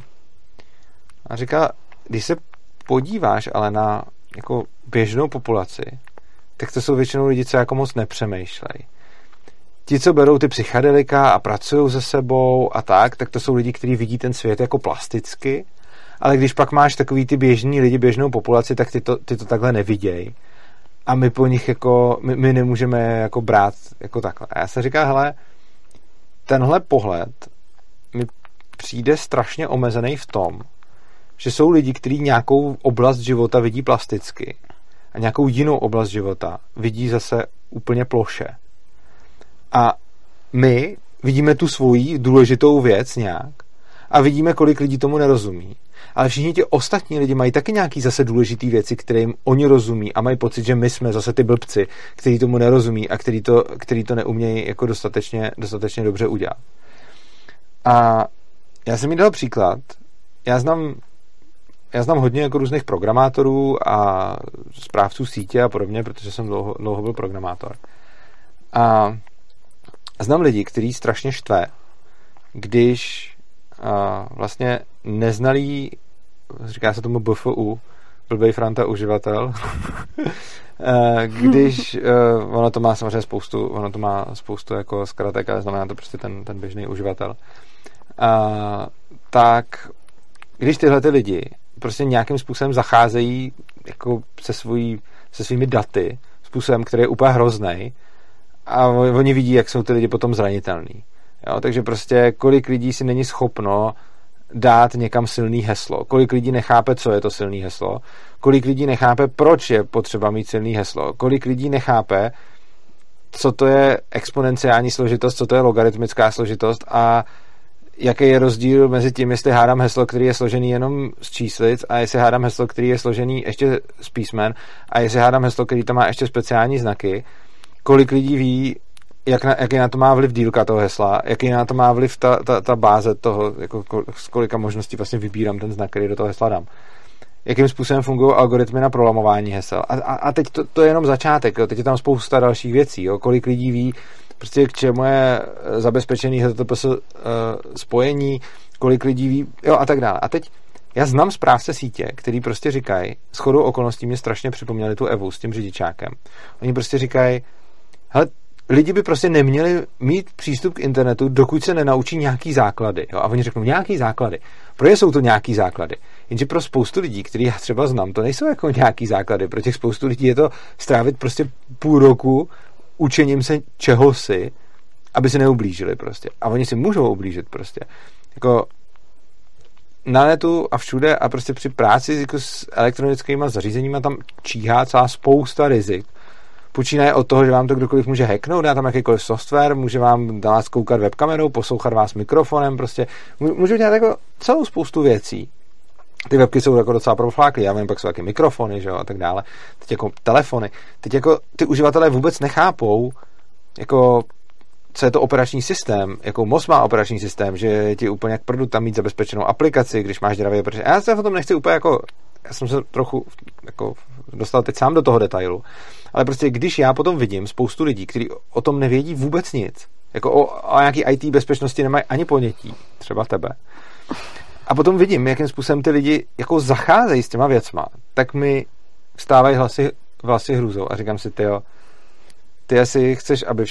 když se podíváš ale na jako běžnou populaci, tak to jsou většinou lidi, co jako moc nepřemýšlejí. Ti, co berou ty psychedelika a pracují se sebou a tak to jsou lidi, kteří vidí ten svět jako plasticky, ale když pak máš takový ty běžní lidi, běžnou populaci, tak ty to takhle nevidějí. a my po nich jako, my nemůžeme jako brát jako takhle. A já jsem říkal, hele, tenhle pohled mi přijde strašně omezený v tom, že jsou lidi, kteří nějakou oblast života vidí plasticky a nějakou jinou oblast života vidí zase úplně ploše. A my vidíme tu svoji důležitou věc nějak a vidíme, kolik lidí tomu nerozumí. Ale všichni ti ostatní lidi mají taky nějaký zase důležitý věci, které jim oni rozumí a mají pocit, že my jsme zase ty blbci, kteří tomu nerozumí a který to neumějí jako dostatečně dobře udělat. A já jsem jí dal příklad. Já znám hodně jako různých programátorů a správců sítě a podobně, protože jsem dlouho byl programátor. A znám lidi, kteří strašně štve, když vlastně neznalý, říká se tomu BFU, blbej franta uživatel, když ono to má samozřejmě spoustu jako zkratek, ale znamená to prostě ten běžný uživatel. Tak když tyhle ty lidi prostě nějakým způsobem zacházejí jako se svými daty, způsobem, který je úplně hroznej, a oni vidí, jak jsou ty lidi potom zranitelní. Jo, takže prostě kolik lidí si není schopno dát někam silný heslo, kolik lidí nechápe, co je to silný heslo, kolik lidí nechápe, proč je potřeba mít silný heslo, kolik lidí nechápe, co to je exponenciální složitost, co to je logaritmická složitost a jaký je rozdíl mezi tím, jestli hádám heslo, který je složený jenom z číslic a jestli hádám heslo, který je složený ještě z písmen a jestli hádám heslo, který tam má ještě speciální znaky, kolik lidí ví, jaký na to má vliv dílka toho hesla, jaký na to má vliv ta báze toho, jako z kolika možností vlastně vybírám ten znak, který do toho hesla dám. Jakým způsobem fungují algoritmy na prolamování hesel. A teď to je jenom začátek, jo. Teď je tam spousta dalších věcí. Jo. Kolik lidí ví, prostě k čemu je zabezpečený HTTPS spojení, kolik lidí ví, jo, a tak dále. A teď já znám správce sítě, který prostě říkají, shodou okolností mě strašně připomněli tu Evu s tím řidičákem. Oni prostě říkají, hele, lidi by prostě neměli mít přístup k internetu, dokud se nenaučí nějaký základy. Jo? A oni řeknou, nějaký základy. Proč jsou to nějaký základy? Jenže pro spoustu lidí, který já třeba znám, to nejsou jako nějaký základy. Pro těch spoustu lidí je to strávit prostě půl roku učením se čehosi, aby se neublížili prostě. A oni si můžou ublížit prostě. Jako na netu a všude a prostě při práci jako s elektronickými zařízeními tam číhá celá spousta rizik. Počínaje od toho, že vám to kdokoliv může hacknout, dá tam jakýkoliv software, může vám dát koukat webkamerou, poslouchat vás mikrofonem, prostě můžu dělat jako celou spoustu věcí. Ty webky jsou jako docela profláklý, já vím, pak jsou taky mikrofony, že jo, a tak dále. Teď jako telefony. Teď jako ty uživatelé vůbec nechápou, jako co je to operační systém, jakou moc má operační systém, že ti úplně jak prdu tam mít zabezpečenou aplikaci, když máš děravý operační. Já se o tom nechci úplně jako, já jsem se trochu jako dostal teď sám do toho detailu, ale prostě když já potom vidím spoustu lidí, kteří o tom nevědí vůbec nic, jako o nějaký IT bezpečnosti nemají ani ponětí, třeba tebe, a potom vidím, jakým způsobem ty lidi jako zacházejí s těma věcma, tak mi vstávají vlasy hrůzou a říkám si, ty asi chceš, aby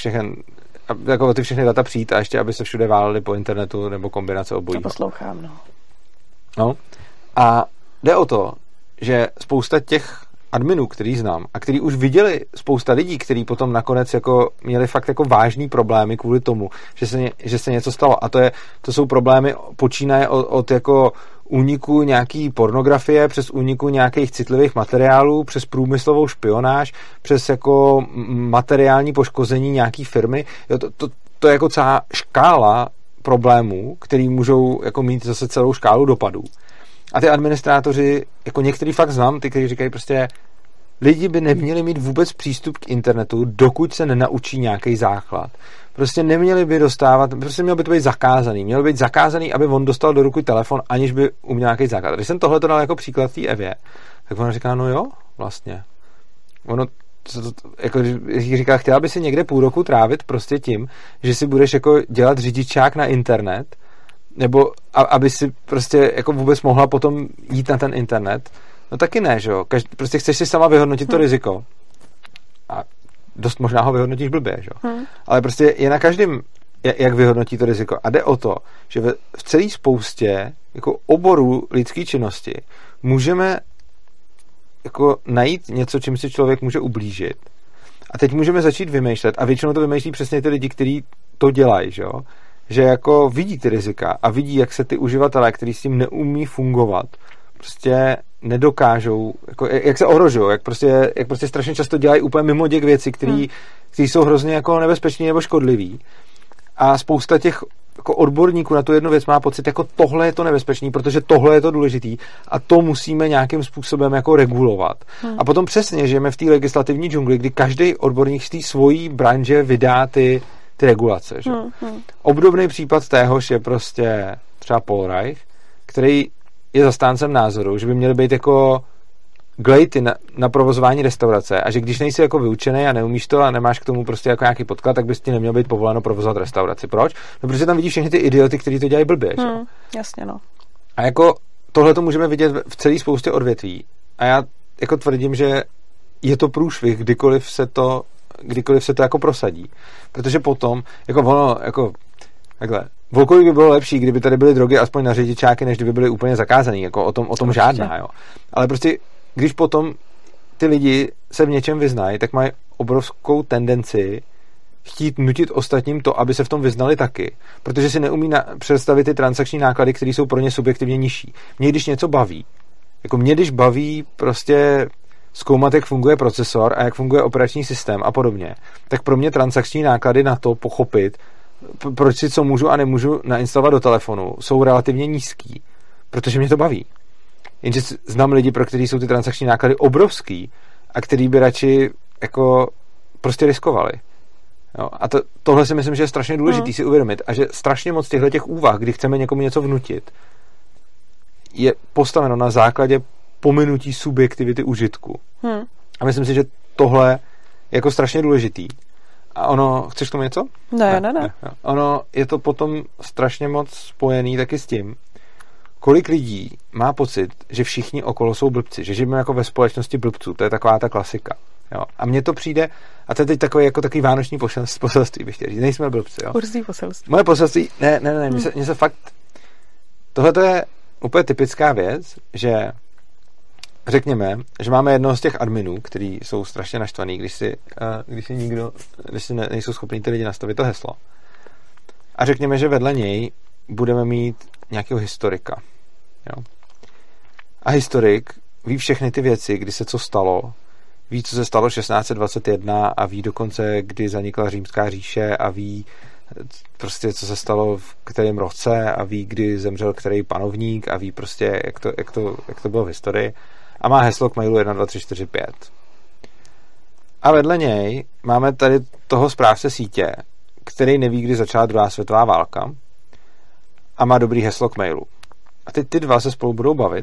jako ty všechny data přijít a ještě, aby se všude válely po internetu nebo kombinace obojího. To poslouchám, no. No. A jde o to, že spousta těch adminů, který znám a který už viděli spousta lidí, kteří potom nakonec jako měli fakt jako vážný problémy kvůli tomu, že se něco stalo. A to jsou problémy počínaje od jako úniku nějaký pornografie, přes úniku nějakých citlivých materiálů, přes průmyslovou špionáž, přes jako materiální poškození nějaký firmy. Jo, to je jako celá škála problémů, který můžou jako mít zase celou škálu dopadů. A ty administrátoři, jako některý fakt znám, ty, kteří říkají prostě, lidi by neměli mít vůbec přístup k internetu, dokud se nenaučí nějaký základ. Prostě neměli by dostávat, prostě mělo by to být zakázaný. Mělo by být zakázaný, aby on dostal do ruky telefon, aniž by uměl nějaký základ. Když jsem tohle dal jako příklad té Evě, tak ona říká, no jo, vlastně. Ono, jako říká, chtěla by si někde půl roku trávit prostě tím, že si budeš jako dělat řidičák na internet, nebo aby si prostě jako vůbec mohla potom jít na ten internet. No taky ne, že jo. Prostě chceš si sama vyhodnotit to riziko. A dost možná ho vyhodnotíš blbě, že jo. Ale prostě je na každém, jak vyhodnotí to riziko. A jde o to, že v celé spoustě jako oborů lidské činnosti můžeme jako najít něco, čím si člověk může ublížit. A teď můžeme začít vymýšlet, a většinou to vymýšlí přesně ty lidi, kteří to dělají, že jo? Že jako vidí ty rizika a vidí, jak se ty uživatelé, kteří s tím neumí fungovat, prostě nedokážou, jako, jak se ohrožují, jak prostě strašně často dělají úplně mimo děk věci, které jsou hrozně jako nebezpečný nebo škodlivý. A spousta těch jako odborníků na tu jednu věc má pocit, jako tohle je to nebezpečný, protože tohle je to důležitý a to musíme nějakým způsobem jako regulovat. A potom přesně žijeme v té legislativní džungli, kdy každý odborník z té svojí branže vydá ty regulace. Že? Obdobný případ téhož je prostě třeba Paul Reich, který je zastáncem názoru, že by měly být jako glejty na provozování restaurace a že když nejsi jako vyučený a neumíš to a nemáš k tomu prostě jako nějaký podklad, tak bys ti neměl být povoleno provozovat restauraci. Proč? No, protože tam vidíš všechny ty idioty, kteří to dělají blbě. Jasně, no. A jako tohle to můžeme vidět v celé spoustě odvětví. A já jako tvrdím, že je to průšvih, kdykoliv se to jako prosadí. Protože potom, jako ono, jako takhle, Volkovi by bylo lepší, kdyby tady byly drogy aspoň na řidičáky, než kdyby byly úplně zakázaný, jako o tom žádná, jo. Ale prostě, když potom ty lidi se v něčem vyznají, tak mají obrovskou tendenci chtít nutit ostatním to, aby se v tom vyznali taky, protože si neumí představit ty transakční náklady, které jsou pro ně subjektivně nižší. Mě když něco baví, jako mě když baví prostě zkoumat, jak funguje procesor a jak funguje operační systém a podobně, tak pro mě transakční náklady na to pochopit, proč si co můžu a nemůžu nainstalovat do telefonu, jsou relativně nízký, protože mě to baví. Jenže znám lidi, pro který jsou ty transakční náklady obrovský a který by radši jako prostě riskovali. Jo? A tohle si myslím, že je strašně důležitý si uvědomit a že strašně moc těch úvah, kdy chceme někomu něco vnutit, je postaveno na základě pominutí subjektivity užitku. A myslím si, že tohle je jako strašně důležitý. A ono, chceš k tomu něco? Ne. Ono je to potom strašně moc spojený taky s tím, kolik lidí má pocit, že všichni okolo jsou blbci, že žijeme jako ve společnosti blbců, to je taková ta klasika. Jo? A mně to přijde, a to je teď takový vánoční poselství, bych chtěl říct, nejsme blbci. Jo? Kurzí poselství. Moje poselství, ne, mně se fakt, tohle to je úplně typická věc, že řekněme, že máme jednoho z těch adminů, kteří jsou strašně naštvaný, když si nejsou schopní ty lidi nastavit to heslo. A řekněme, že vedle něj budeme mít nějakého historika. Jo? A historik ví všechny ty věci, kdy se co stalo, ví, co se stalo 1621 a ví dokonce, kdy zanikla Římská říše a ví prostě, co se stalo v kterém roce a ví, kdy zemřel který panovník a ví prostě, jak to bylo v historii. A má heslo k mailu 1, 2, 3, 4, 5. A vedle něj máme tady toho správce sítě, který neví, kdy začala druhá světová válka a má dobrý heslo k mailu. A teď ty dva se spolu budou bavit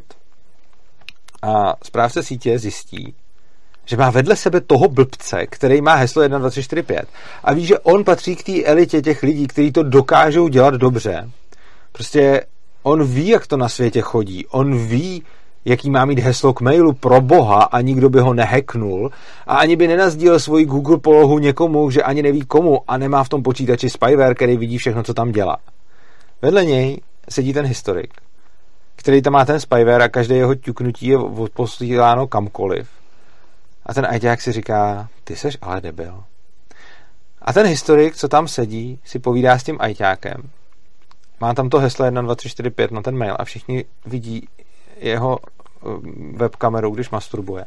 a správce sítě zjistí, že má vedle sebe toho blbce, který má heslo 1, 2, 3, 4, 5 a ví, že on patří k té elitě těch lidí, kteří to dokážou dělat dobře. Prostě on ví, jak to na světě chodí. On ví, jaký má mít heslo k mailu pro boha a nikdo by ho nehacknul a ani by nenazdílel svoji Google polohu někomu, že ani neví komu a nemá v tom počítači spyware, který vidí všechno, co tam dělá. Vedle něj sedí ten historik, který tam má ten spyware a každé jeho ťuknutí je odposíláno kamkoliv. A ten ajťák si říká, ty seš ale debil. A ten historik, co tam sedí, si povídá s tím ajťákem. Má tam to heslo 1, 2, 3, 4, 5 na ten mail a všichni vidí jeho webkameru, když masturbuje.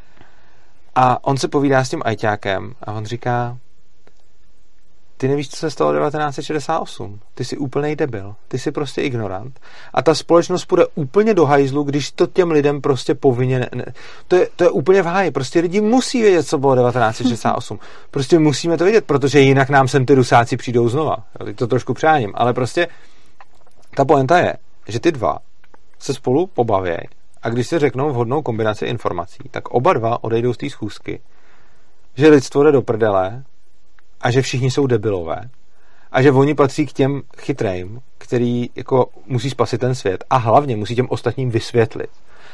A on se povídá s tím ajťákem a on říká, ty nevíš, co se stalo 1968. Ty jsi úplnej debil. Ty jsi prostě ignorant. A ta společnost půjde úplně do hajzlu, když to těm lidem prostě povinně... To je úplně v háji. Prostě lidi musí vědět, co bylo 1968. Prostě musíme to vědět, protože jinak nám sem ty Rusáci přijdou znova. Teď to trošku přáním. Ale prostě ta pointa je, že ty dva se spolu pobavějí a když si řeknou vhodnou kombinaci informací, tak oba dva odejdou z té schůzky, že lidstvo jde do prdele a že všichni jsou debilové a že oni patří k těm chytrým, který jako musí spasit ten svět a hlavně musí těm ostatním vysvětlit.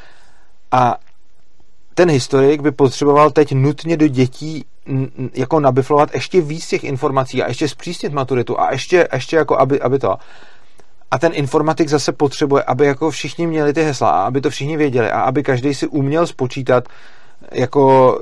A ten historik by potřeboval teď nutně do dětí jako nabiflovat ještě víc těch informací a ještě zpřísnit maturitu a ještě jako aby to. A ten informatik zase potřebuje, aby jako všichni měli ty hesla a aby to všichni věděli a aby každý si uměl spočítat jako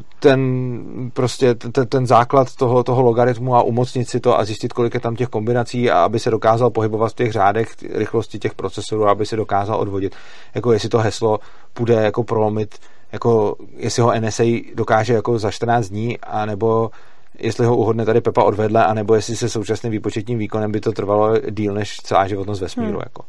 ten základ toho logaritmu a umocnit si to a zjistit, kolik je tam těch kombinací a aby se dokázal pohybovat v těch řádech rychlosti těch procesorů, aby se dokázal odvodit, jako jestli to heslo půjde jako prolomit, jako jestli ho NSA dokáže jako za 14 dní, anebo jestli ho uhodne tady Pepa odvedle, anebo jestli se současným výpočetním výkonem by to trvalo díl než celá životnost vesmíru. Jako.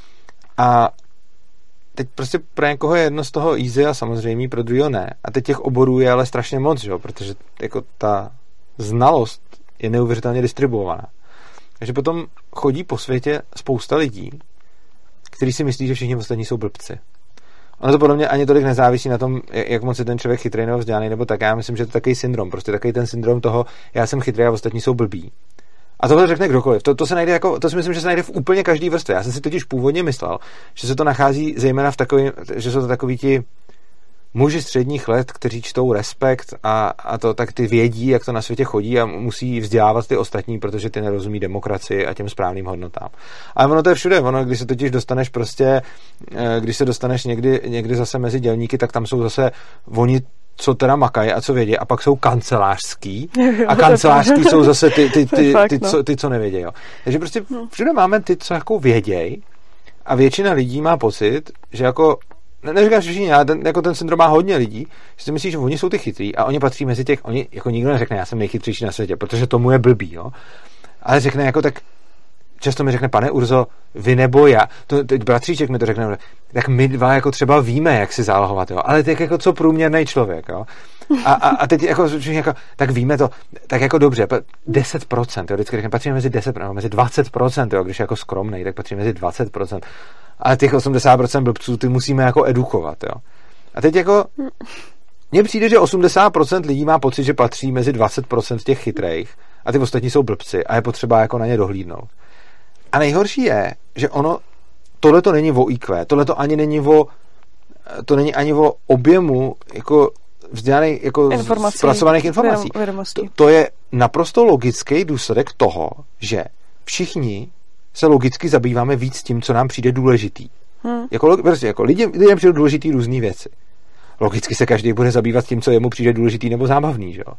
A teď prostě pro někoho je jedno z toho easy a samozřejmě pro druhého ne. A teď těch oborů je ale strašně moc, že? Protože jako ta znalost je neuvěřitelně distribuovaná. Takže potom chodí po světě spousta lidí, kteří si myslí, že všichni ostatní jsou blbci. Ono to podle mě ani tolik nezávisí na tom, jak moc je ten člověk chytrý nebo vzdělaný, nebo tak. Já myslím, že to je takový syndrom. Prostě takový ten syndrom toho, já jsem chytrý a ostatní jsou blbí. A tohle řekne kdokoliv. To se najde jako, to si myslím, že se najde v úplně každý vrstvě. Já jsem si totiž původně myslel, že se to nachází zejména v takový, že jsou to takový ti muži středních let, kteří čtou Respekt a to tak ty vědí, jak to na světě chodí a musí vzdělávat ty ostatní, protože ty nerozumí demokracii a těm správným hodnotám. Ale ono to je všude. Ono, když se totiž dostaneš prostě, když se dostaneš někdy zase mezi dělníky, tak tam jsou zase oni, co teda makají a co vědí, a pak jsou kancelářský a kancelářský jsou zase ty, co nevědějí. Takže prostě všude máme ty, co jako vědějí a většina lidí má pocit, že jako neříkám, že všichni, ale ten syndrom má hodně lidí, že si myslí, že oni jsou ty chytrý a oni patří mezi těch, oni jako nikdo neřekne, já jsem nejchytřejší na světě, protože tomu je blbý, jo. Ale řekne jako tak, často mi řekne, pane Urzo, vy nebo já, teď bratříček mi to řekne, tak my dva jako třeba víme, jak si zálohovat, jo, ale tak jako co průměrný člověk, jo. A teď jako, tak víme to, tak jako dobře, 10%, jo, vždycky řekne, patříme mezi 10%, mezi 20%, jo, když je jako skromnej, tak patříme mezi 20%, ale těch 80% blbců ty musíme jako edukovat, jo. A teď jako, mně přijde, že 80% lidí má pocit, že patří mezi 20% těch chytrejch a ty ostatní jsou blbci a je potřeba jako na ně dohlídnout. A nejhorší je, že tohle to není o IQ, tohle to není ani o objemu jako vzdělaných, jako zpracovaných informací. To je naprosto logický důsledek toho, že všichni se logicky zabýváme víc tím, co nám přijde důležitý. Jako lidem přijde důležitý různý věci. Logicky se každý bude zabývat tím, co jemu přijde důležitý nebo zábavný, že jo?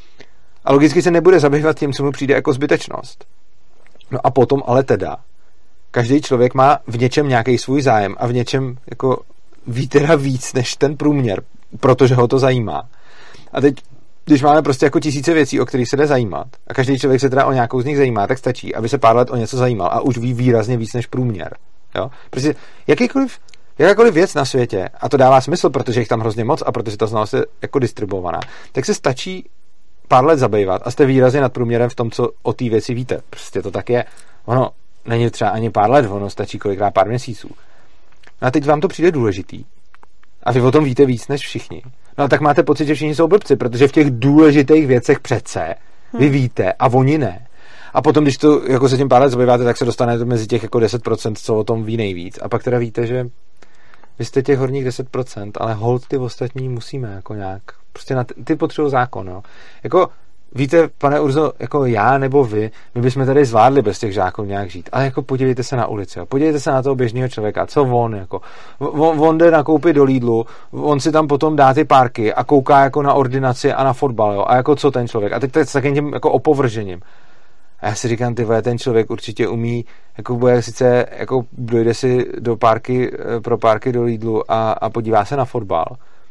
A logicky se nebude zabývat tím, co mu přijde jako zbytečnost. No a potom ale teda každý člověk má v něčem nějaký svůj zájem a v něčem jako ví teda víc než ten průměr, protože ho to zajímá. A teď, když máme prostě jako tisíce věcí, o kterých se jde zajímat a každý člověk se teda o nějakou z nich zajímá, tak stačí, aby se pár let o něco zajímal a už ví výrazně víc než průměr. Jo? Prostě jakákoliv věc na světě, a to dává smysl, protože jich tam hrozně moc a protože ta znalost je jako distribuovaná, tak se stačí pár let zabývat a jste výrazně nad průměrem v tom, co o té věci víte. Prostě to tak je. Ono není třeba ani pár let, ono stačí kolikrát pár měsíců. No a teď vám to přijde důležitý. A vy o tom víte víc než všichni. No a tak máte pocit, že všichni jsou blbci, protože v těch důležitých věcech přece vy víte a oni ne. A potom, když to jako se tím pár let zabýváte, tak se dostanete mezi těch jako 10%, co o tom ví nejvíc. A pak teda víte, že vy jste těch horních 10%, ale hold ty ostatní musíme jako nějak. Prostě ty potřebují zákon, jo. Jako víte, pane Urzo, jako já nebo vy, my bychom tady zvládli bez těch žáků nějak žít. Ale jako podívejte se na ulici, jo. Podívejte se na toho běžného člověka, co on, jako. On jde nakoupit do Lidlu, on si tam potom dá ty párky a kouká jako na ordinaci a na fotbal, jo. A jako co ten člověk. A teď to je s takým tím jako opovržením. A já si říkám, ty vole, ten člověk určitě umí, jako bude sice, jako dojde si do párky, pro párky do Lidlu a podívá se na fotbal.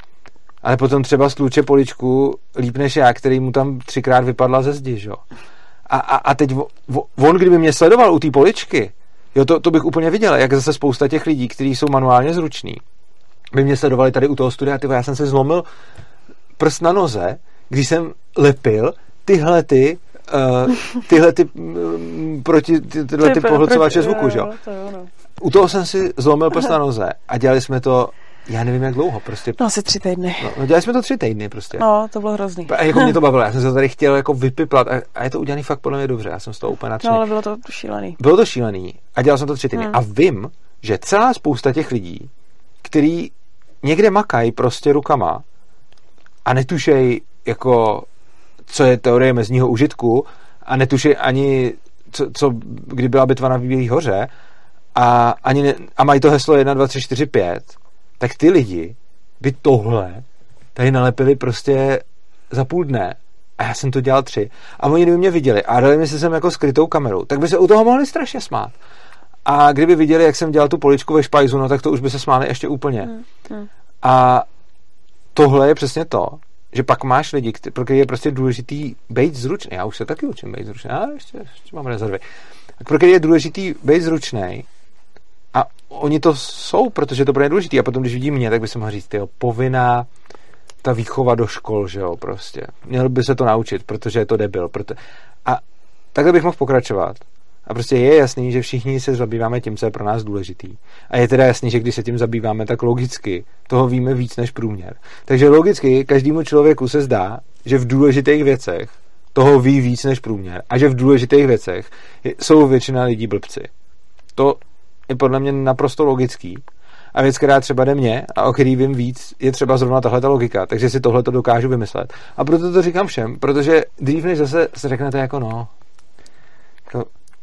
Ale potom třeba stluče poličku líp než já, který mu tam 3krát vypadla ze zdi, jo. A teď on, kdyby mě sledoval u té poličky, jo, to bych úplně viděl, jak zase spousta těch lidí, kteří jsou manuálně zruční, by mě sledovali tady u toho studia, já jsem se zlomil prst na noze, když jsem lepil tyhle ty pohlcovače zvuku, že jo. U toho jsem si zlomil prst na noze a dělali jsme to, já nevím jak dlouho, prostě. No asi 3 týdny. No, dělali jsme to 3 týdny prostě. No, to bylo hrozný. A jako mě to bavilo, já jsem se tady chtěl jako vypiplat a je to udělaný fakt podle mě dobře, já jsem z toho úplně nadšený. No, ale bylo to šílený. Bylo to šílený a dělal jsem to 3 týdny a vím, že celá spousta těch lidí, který někde makají prostě rukama a netušej jako co je teorie mezního užitku a netušej ani kdy byla bitva na Bílé hoře a mají to heslo 1, 2, 3, 4, 5, tak ty lidi by tohle tady nalepili prostě za půl dne. A já jsem to dělal 3. A oni kdyby mě viděli a dali mi se sem jako skrytou kamerou, tak by se u toho mohli strašně smát. A kdyby viděli, jak jsem dělal tu poličku ve špajzu, no tak to už by se smáli ještě úplně. A tohle je přesně to, že pak máš lidi, pro které je prostě důležitý být zručný. Já už se taky učím být zručný, ale ještě mám rezervy. Pro které je důležitý být zručný a oni to jsou, protože to pro ně je důležitý. A potom, když vidí mě, tak by se mohl říct, tyjo, povinná ta výchova do škol, že jo, prostě. Měl by se to naučit, protože je to debil. A takhle bych mohl pokračovat. A prostě je jasný, že všichni se zabýváme tím, co je pro nás důležitý. A je teda jasný, že když se tím zabýváme, tak logicky toho víme víc než průměr. Takže logicky každému člověku se zdá, že v důležitých věcech toho ví víc než průměr. A že v důležitých věcech jsou většina lidí blbci. To je podle mě naprosto logický. A věc, která třeba jde mně a o který vím víc, je třeba zrovna tahleta logika. Takže si tohle to dokážu vymyslet. A proto to říkám všem, protože dřív než zase se řeknete jako no, jako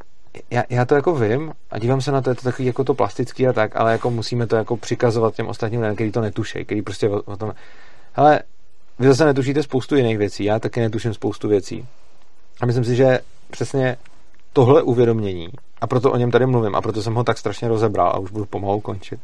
já to jako vím a dívám se na to, je to takový jako to plastický a tak, ale jako musíme to jako přikazovat těm ostatním lidem, kteří to netušejí, kteří prostě o tom... Hele, vy zase netušíte spoustu jiných věcí, já taky netuším spoustu věcí. A myslím si, že přesně tohle uvědomění, a proto o něm tady mluvím, a proto jsem ho tak strašně rozebral a už budu pomalu končit.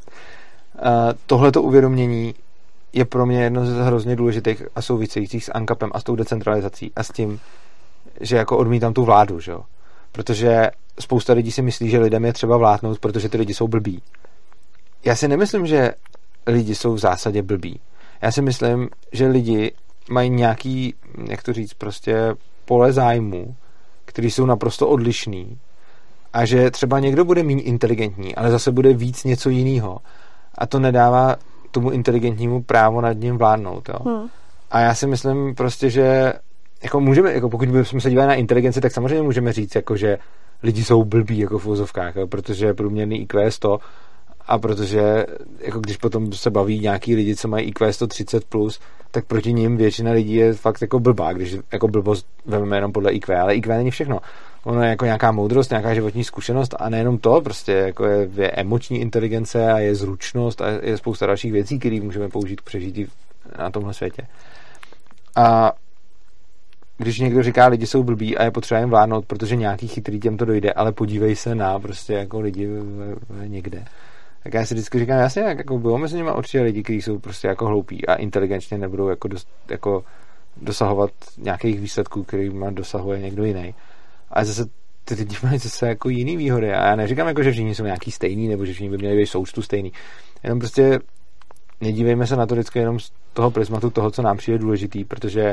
Tohleto uvědomění je pro mě jedno z hrozně důležitých a souvisejících s ANCAPem a s tou decentralizací a s tím, že jako odmítám tu vládu, že jo. Protože spousta lidí si myslí, že lidem je třeba vládnout, protože ty lidi jsou blbí. Já si nemyslím, že lidi jsou v zásadě blbí. Já si myslím, že lidi mají nějaký, jak to říct, prostě pole zájmu, který jsou naprosto odlišný a že třeba někdo bude méně inteligentní, ale zase bude víc něco jiného. A to nedává tomu inteligentnímu právo nad ním vládnout. Jo? A já si myslím prostě, že jako můžeme, jako pokud bychom se dívali na inteligenci, tak samozřejmě můžeme říct, jako, že lidi jsou blbí jako v úzovkách, jo? Protože průměrný IQ je 100 a protože jako když potom se baví nějaký lidi, co mají IQ 130 plus, tak proti nim většina lidí je fakt jako blbá, když jako blbost vezmeme jenom podle IQ, ale IQ není všechno. Ono je jako nějaká moudrost, nějaká životní zkušenost a nejenom to, prostě jako je emoční inteligence a je zručnost a je spousta dalších věcí, které můžeme použít k přežití na tomhle světě. A když někdo říká, lidi jsou blbí a je potřeba jim vládnout, protože nějaký chytrý těm to dojde, ale podívej se na prostě jako lidi někde. Tak já si vždycky říkám, jasně, jako bylo mezi nimi určitě lidi, kteří jsou prostě jako hloupí a inteligentně nebudou jako dosahovat nějakých výsledků, kterým dosahuje někdo jiný. Ale zase ty lidi mají zase jako jiný výhody. A já neříkám, jako, že všichni jsou nějaký stejný, nebo že všichni by měli být součtu stejný. Jenom prostě nedívejme se na to vždycky jenom z toho prismatu toho, co nám přijde důležitý, protože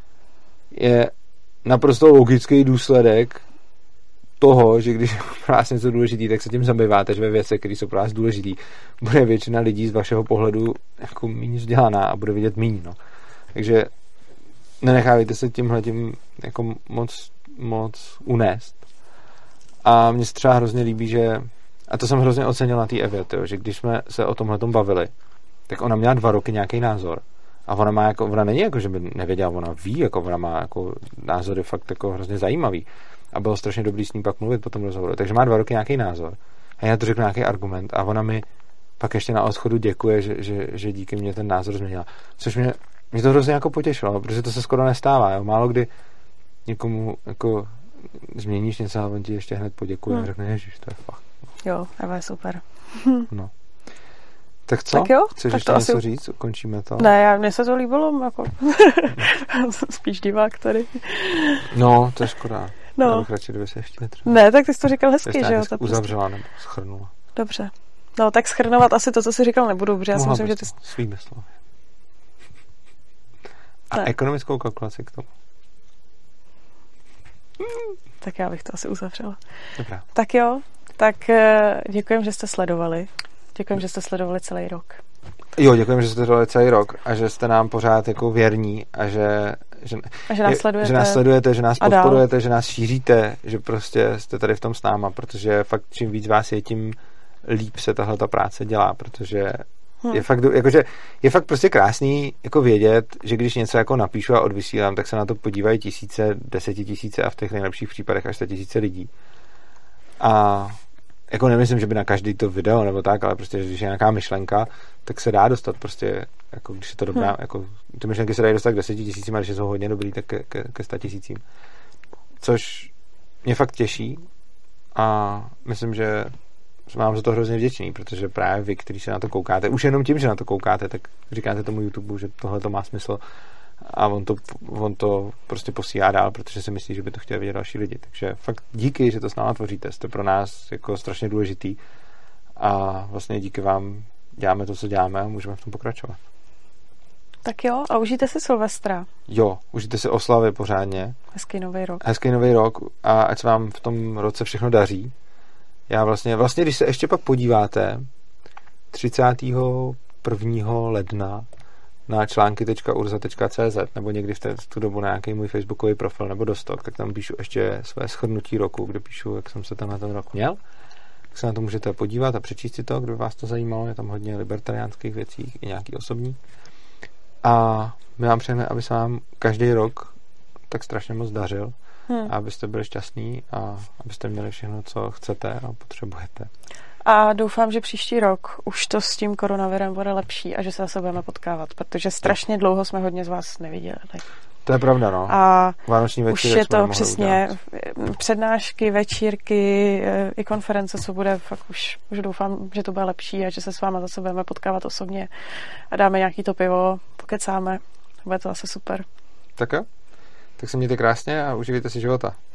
je naprosto logický důsledek toho, že když je pro vás něco důležitý, tak se tím zabýváte, že ve věcech, které jsou pro vás důležitý, bude většina lidí z vašeho pohledu jako méně vzdělaná a bude vidět méně. No. Takže nenechávejte se tímhletím jako moc unést. A mně se třeba hrozně líbí, že a to jsem hrozně ocenil na té Evě, že když jsme se o tomhletom bavili, tak ona měla 2 roky nějaký názor. A ona není jako, že by nevěděla, ona ví, jako ona má jako názory fakt jako hrozně zajímavý. A bylo strašně dobrý s ní pak mluvit po tom rozhovoru. Takže má 2 roky nějaký názor. A já to řeknu nějaký argument. A ona mi pak ještě na odchodu děkuje, že díky mně ten názor změnila. Což mě to hrozně jako potěšilo, protože to se skoro nestává. Jo? Málo kdy někomu jako změníš něco a on ti ještě hned poděkuje a řekne, ježiš, to je fakt. Jo, Eva je super. No. Tak co? Tak jo? Chceš tak ještě něco říct? Ukončíme to? Ne, mně se to líbilo, jako spíš divák tady. No, to je škoda. No. Já bych radši, kdyby se ještě třeba. Ne, tak ty jsi to říkal hezky, že jo? Uzavřela nebo schrnula. Dobře. No, tak schrnovat asi to, co jsi říkal, nebudu, protože já si myslím, že ty... Svými slovy. A ekonomickou kalkulaci k tomu. Tak já bych to asi uzavřela. Dobrá. Tak jo, tak děkujem, že jste sledovali. Děkujem, že jste sledovali celý rok. Jo, děkujem, že jste sledovali celý rok a že jste nám pořád jako věrní a že nás sledujete, že nás podporujete, že nás šíříte, že prostě jste tady v tom s náma, protože fakt čím víc vás je, tím líp se tahle ta práce dělá, protože je fakt, jakože, je fakt prostě krásný jako vědět, že když něco jako napíšu a odvysílám, tak se na to podívají tisíce, 10 000 a v těch nejlepších případech až 100 000 lidí. A jako nemyslím, že by na každý to video nebo tak, ale prostě, když je nějaká myšlenka, tak se dá dostat prostě, jako když je to dobrá, jako ty myšlenky se dají dostat k 10 000, a když jsou hodně dobrý, tak ke 100 000. Což mě fakt těší a myslím, že mám za to hrozně vděčný, protože právě vy, kteří se na to koukáte, už jenom tím, že na to koukáte, tak říkáte tomu YouTube, že tohle to má smysl a on to prostě posílá dál, protože si myslí, že by to chtěli vidět další lidi. Takže fakt díky, že to s náma tvoříte. Jste pro nás jako strašně důležitý a vlastně díky vám děláme to, co děláme a můžeme v tom pokračovat. Tak jo, a užijte si Silvestra. Jo, užijte si oslavy pořádně. Hezký nový rok. Hezký nový rok a ať se vám v tom roce všechno daří. Já vlastně, když se ještě pak podíváte 31. ledna na články.urza.cz nebo někdy v tu dobu na nějaký můj facebookový profil nebo dostok, tak tam píšu ještě své shrnutí roku, kde píšu, jak jsem se tam na ten rok měl. Tak se na to můžete podívat a přečíst si to, kdyby vás to zajímalo. Je tam hodně libertariánských věcí i nějaký osobní. A my vám přejeme, aby se vám každý rok tak strašně moc dařil a abyste byli šťastní a abyste měli všechno, co chcete a potřebujete. A doufám, že příští rok už to s tím koronavirem bude lepší a že se zase budeme potkávat, protože strašně dlouho jsme hodně z vás neviděli. To je pravda, no. A Vánoční už je to přesně přednášky, večírky, i konference, co bude, fakt už doufám, že to bude lepší a že se s váma zase budeme potkávat osobně a dáme nějaký to pivo, pokecáme. Bude to zase super. Tak jo. Tak se mějte krásně a uživejte si života.